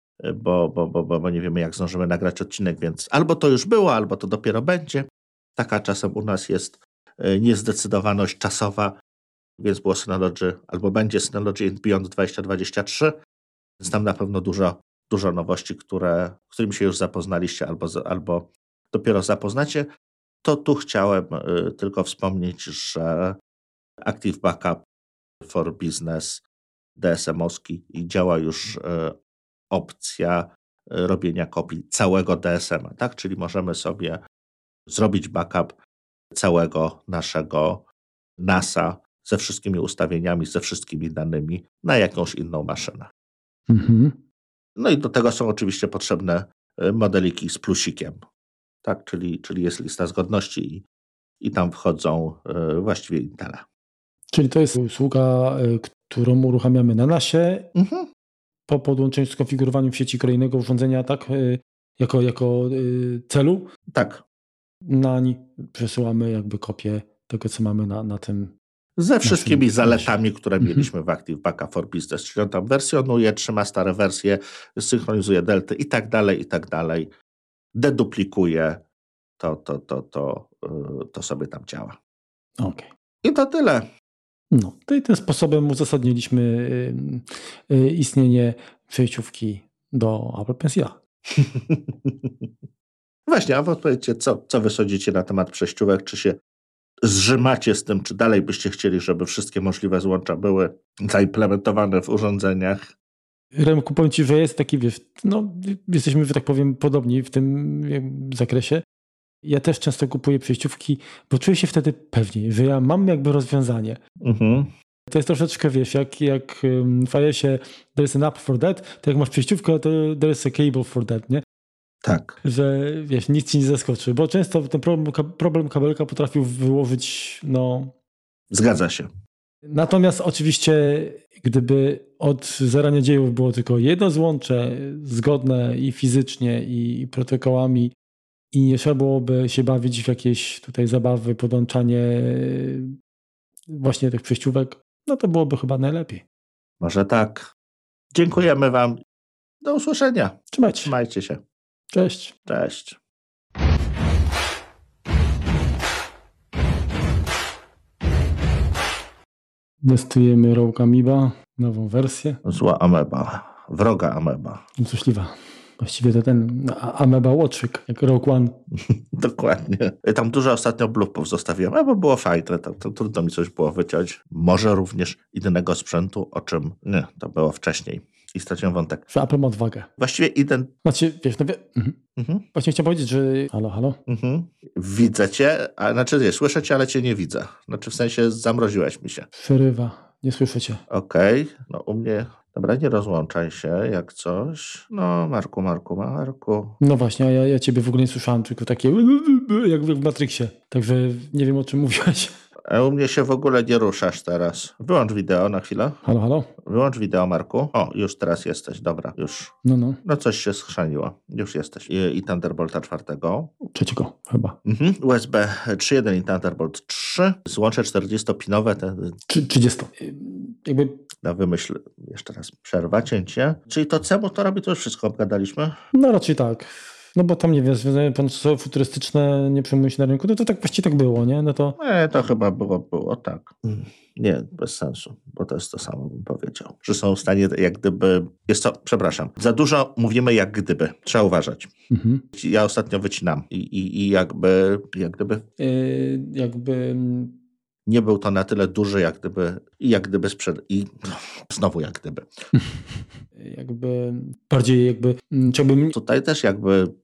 bo nie wiemy jak zdążymy nagrać odcinek, więc albo to już było, albo to dopiero będzie. Taka czasem u nas jest niezdecydowaność czasowa, więc było Synology, albo będzie Synology and Beyond 2023, więc tam na pewno dużo nowości, którymi się już zapoznaliście albo dopiero zapoznacie. To tu chciałem tylko wspomnieć, że Active Backup for Business DSM-owski i działa już opcja robienia kopii całego DSM-a, tak? Czyli możemy sobie zrobić backup całego naszego NAS-a ze wszystkimi ustawieniami, ze wszystkimi danymi na jakąś inną maszynę. Mhm. No i do tego są oczywiście potrzebne modeliki z plusikiem, tak? Czyli jest lista zgodności i tam wchodzą właściwie Intele. Czyli to jest usługa, którą uruchamiamy na NAS-ie po podłączeniu, skonfigurowaniu w sieci kolejnego urządzenia, tak? Jako celu. Tak. Na nich przesyłamy jakby kopię tego, co mamy na tym. Ze wszystkimi zaletami, które mieliśmy w Active Backup for Business, czyli on tam wersjonuje, trzyma stare wersje, synchronizuje delty i tak dalej, deduplikuje, to sobie tam działa. Okay. I to tyle. No, to i tym sposobem uzasadniliśmy istnienie przejściówki do Apple Pencila. Właśnie, a wy odpowiedzcie, co wy sądzicie na temat przejściówek, czy się zrzymacie z tym, czy dalej byście chcieli, żeby wszystkie możliwe złącza były zaimplementowane w urządzeniach? Remku, powiem ci, że jest taki, wiesz, jesteśmy, że tak powiem, podobni w tym zakresie. Ja też często kupuję przejściówki, bo czuję się wtedy pewniej, że ja mam jakby rozwiązanie. To jest troszeczkę, wiesz, jak w iOSie there is an app for that, to jak masz przejściówkę, to there is a cable for that, nie? Tak. Że, wiesz, nic ci nie zaskoczy, bo często ten problem kabelka potrafił wyłożyć, Zgadza się. Natomiast oczywiście, gdyby od zarania dziejów było tylko jedno złącze zgodne i fizycznie, i protokołami, i nie trzeba byłoby się bawić w jakieś tutaj zabawy, podłączanie właśnie tych przejściówek, to byłoby chyba najlepiej. Może tak. Dziękujemy wam. Do usłyszenia. Trzymajcie się. Cześć. Cześć. Testujemy Rogue Amoeba, nową wersję. Zła ameba. Wroga ameba. Złośliwa. Właściwie to ten Ameba Łotrzyk, jak Rogue One. Dokładnie. Tam dużo ostatnio blupów zostawiłem, bo było fajne, to trudno mi coś było wyciąć. Może również innego sprzętu, o czym to było wcześniej. I straciłem wątek. Że Apple ma odwagę. Właściwie Znaczy, wiesz, Właśnie chciałem powiedzieć, że... Halo? Widzę cię, słyszę cię, ale cię nie widzę. W sensie zamroziłeś mi się. Przerywa. Nie słyszę cię. Okej. U mnie Dobra, nie rozłączaj się jak coś. No, Marku. No właśnie, a ja ciebie w ogóle nie słyszałem, tylko takie jak w Matrixie. Także nie wiem, o czym mówiłeś. U mnie się w ogóle nie ruszasz teraz. Wyłącz wideo na chwilę. Halo? Wyłącz wideo, Marku. O, już teraz jesteś, dobra, już. No. No coś się schrzaniło. Już jesteś. I Thunderbolta 4. Trzeciego chyba. USB 3.1 i Thunderbolt 3. Złącze 40-pinowe. 30. Jakby... No wymyśl jeszcze raz. Przerwa, cięcie. Czyli to CEMU to robi, to już wszystko obgadaliśmy? No raczej tak. No bo tam nie wiesz, pan futurystyczne nie przejmuje się na rynku, no to tak właściwie tak było, nie? No to... To chyba było tak. Nie, bez sensu, bo to jest to samo, bym powiedział. Że są w stanie jak gdyby... Jest to, przepraszam, za dużo mówimy jak gdyby. Trzeba uważać. Ja ostatnio wycinam i jakby... Jakby... Nie był to na tyle duży, jak gdyby i znowu jak gdyby. Bardziej chciałbym... Tutaj też jakby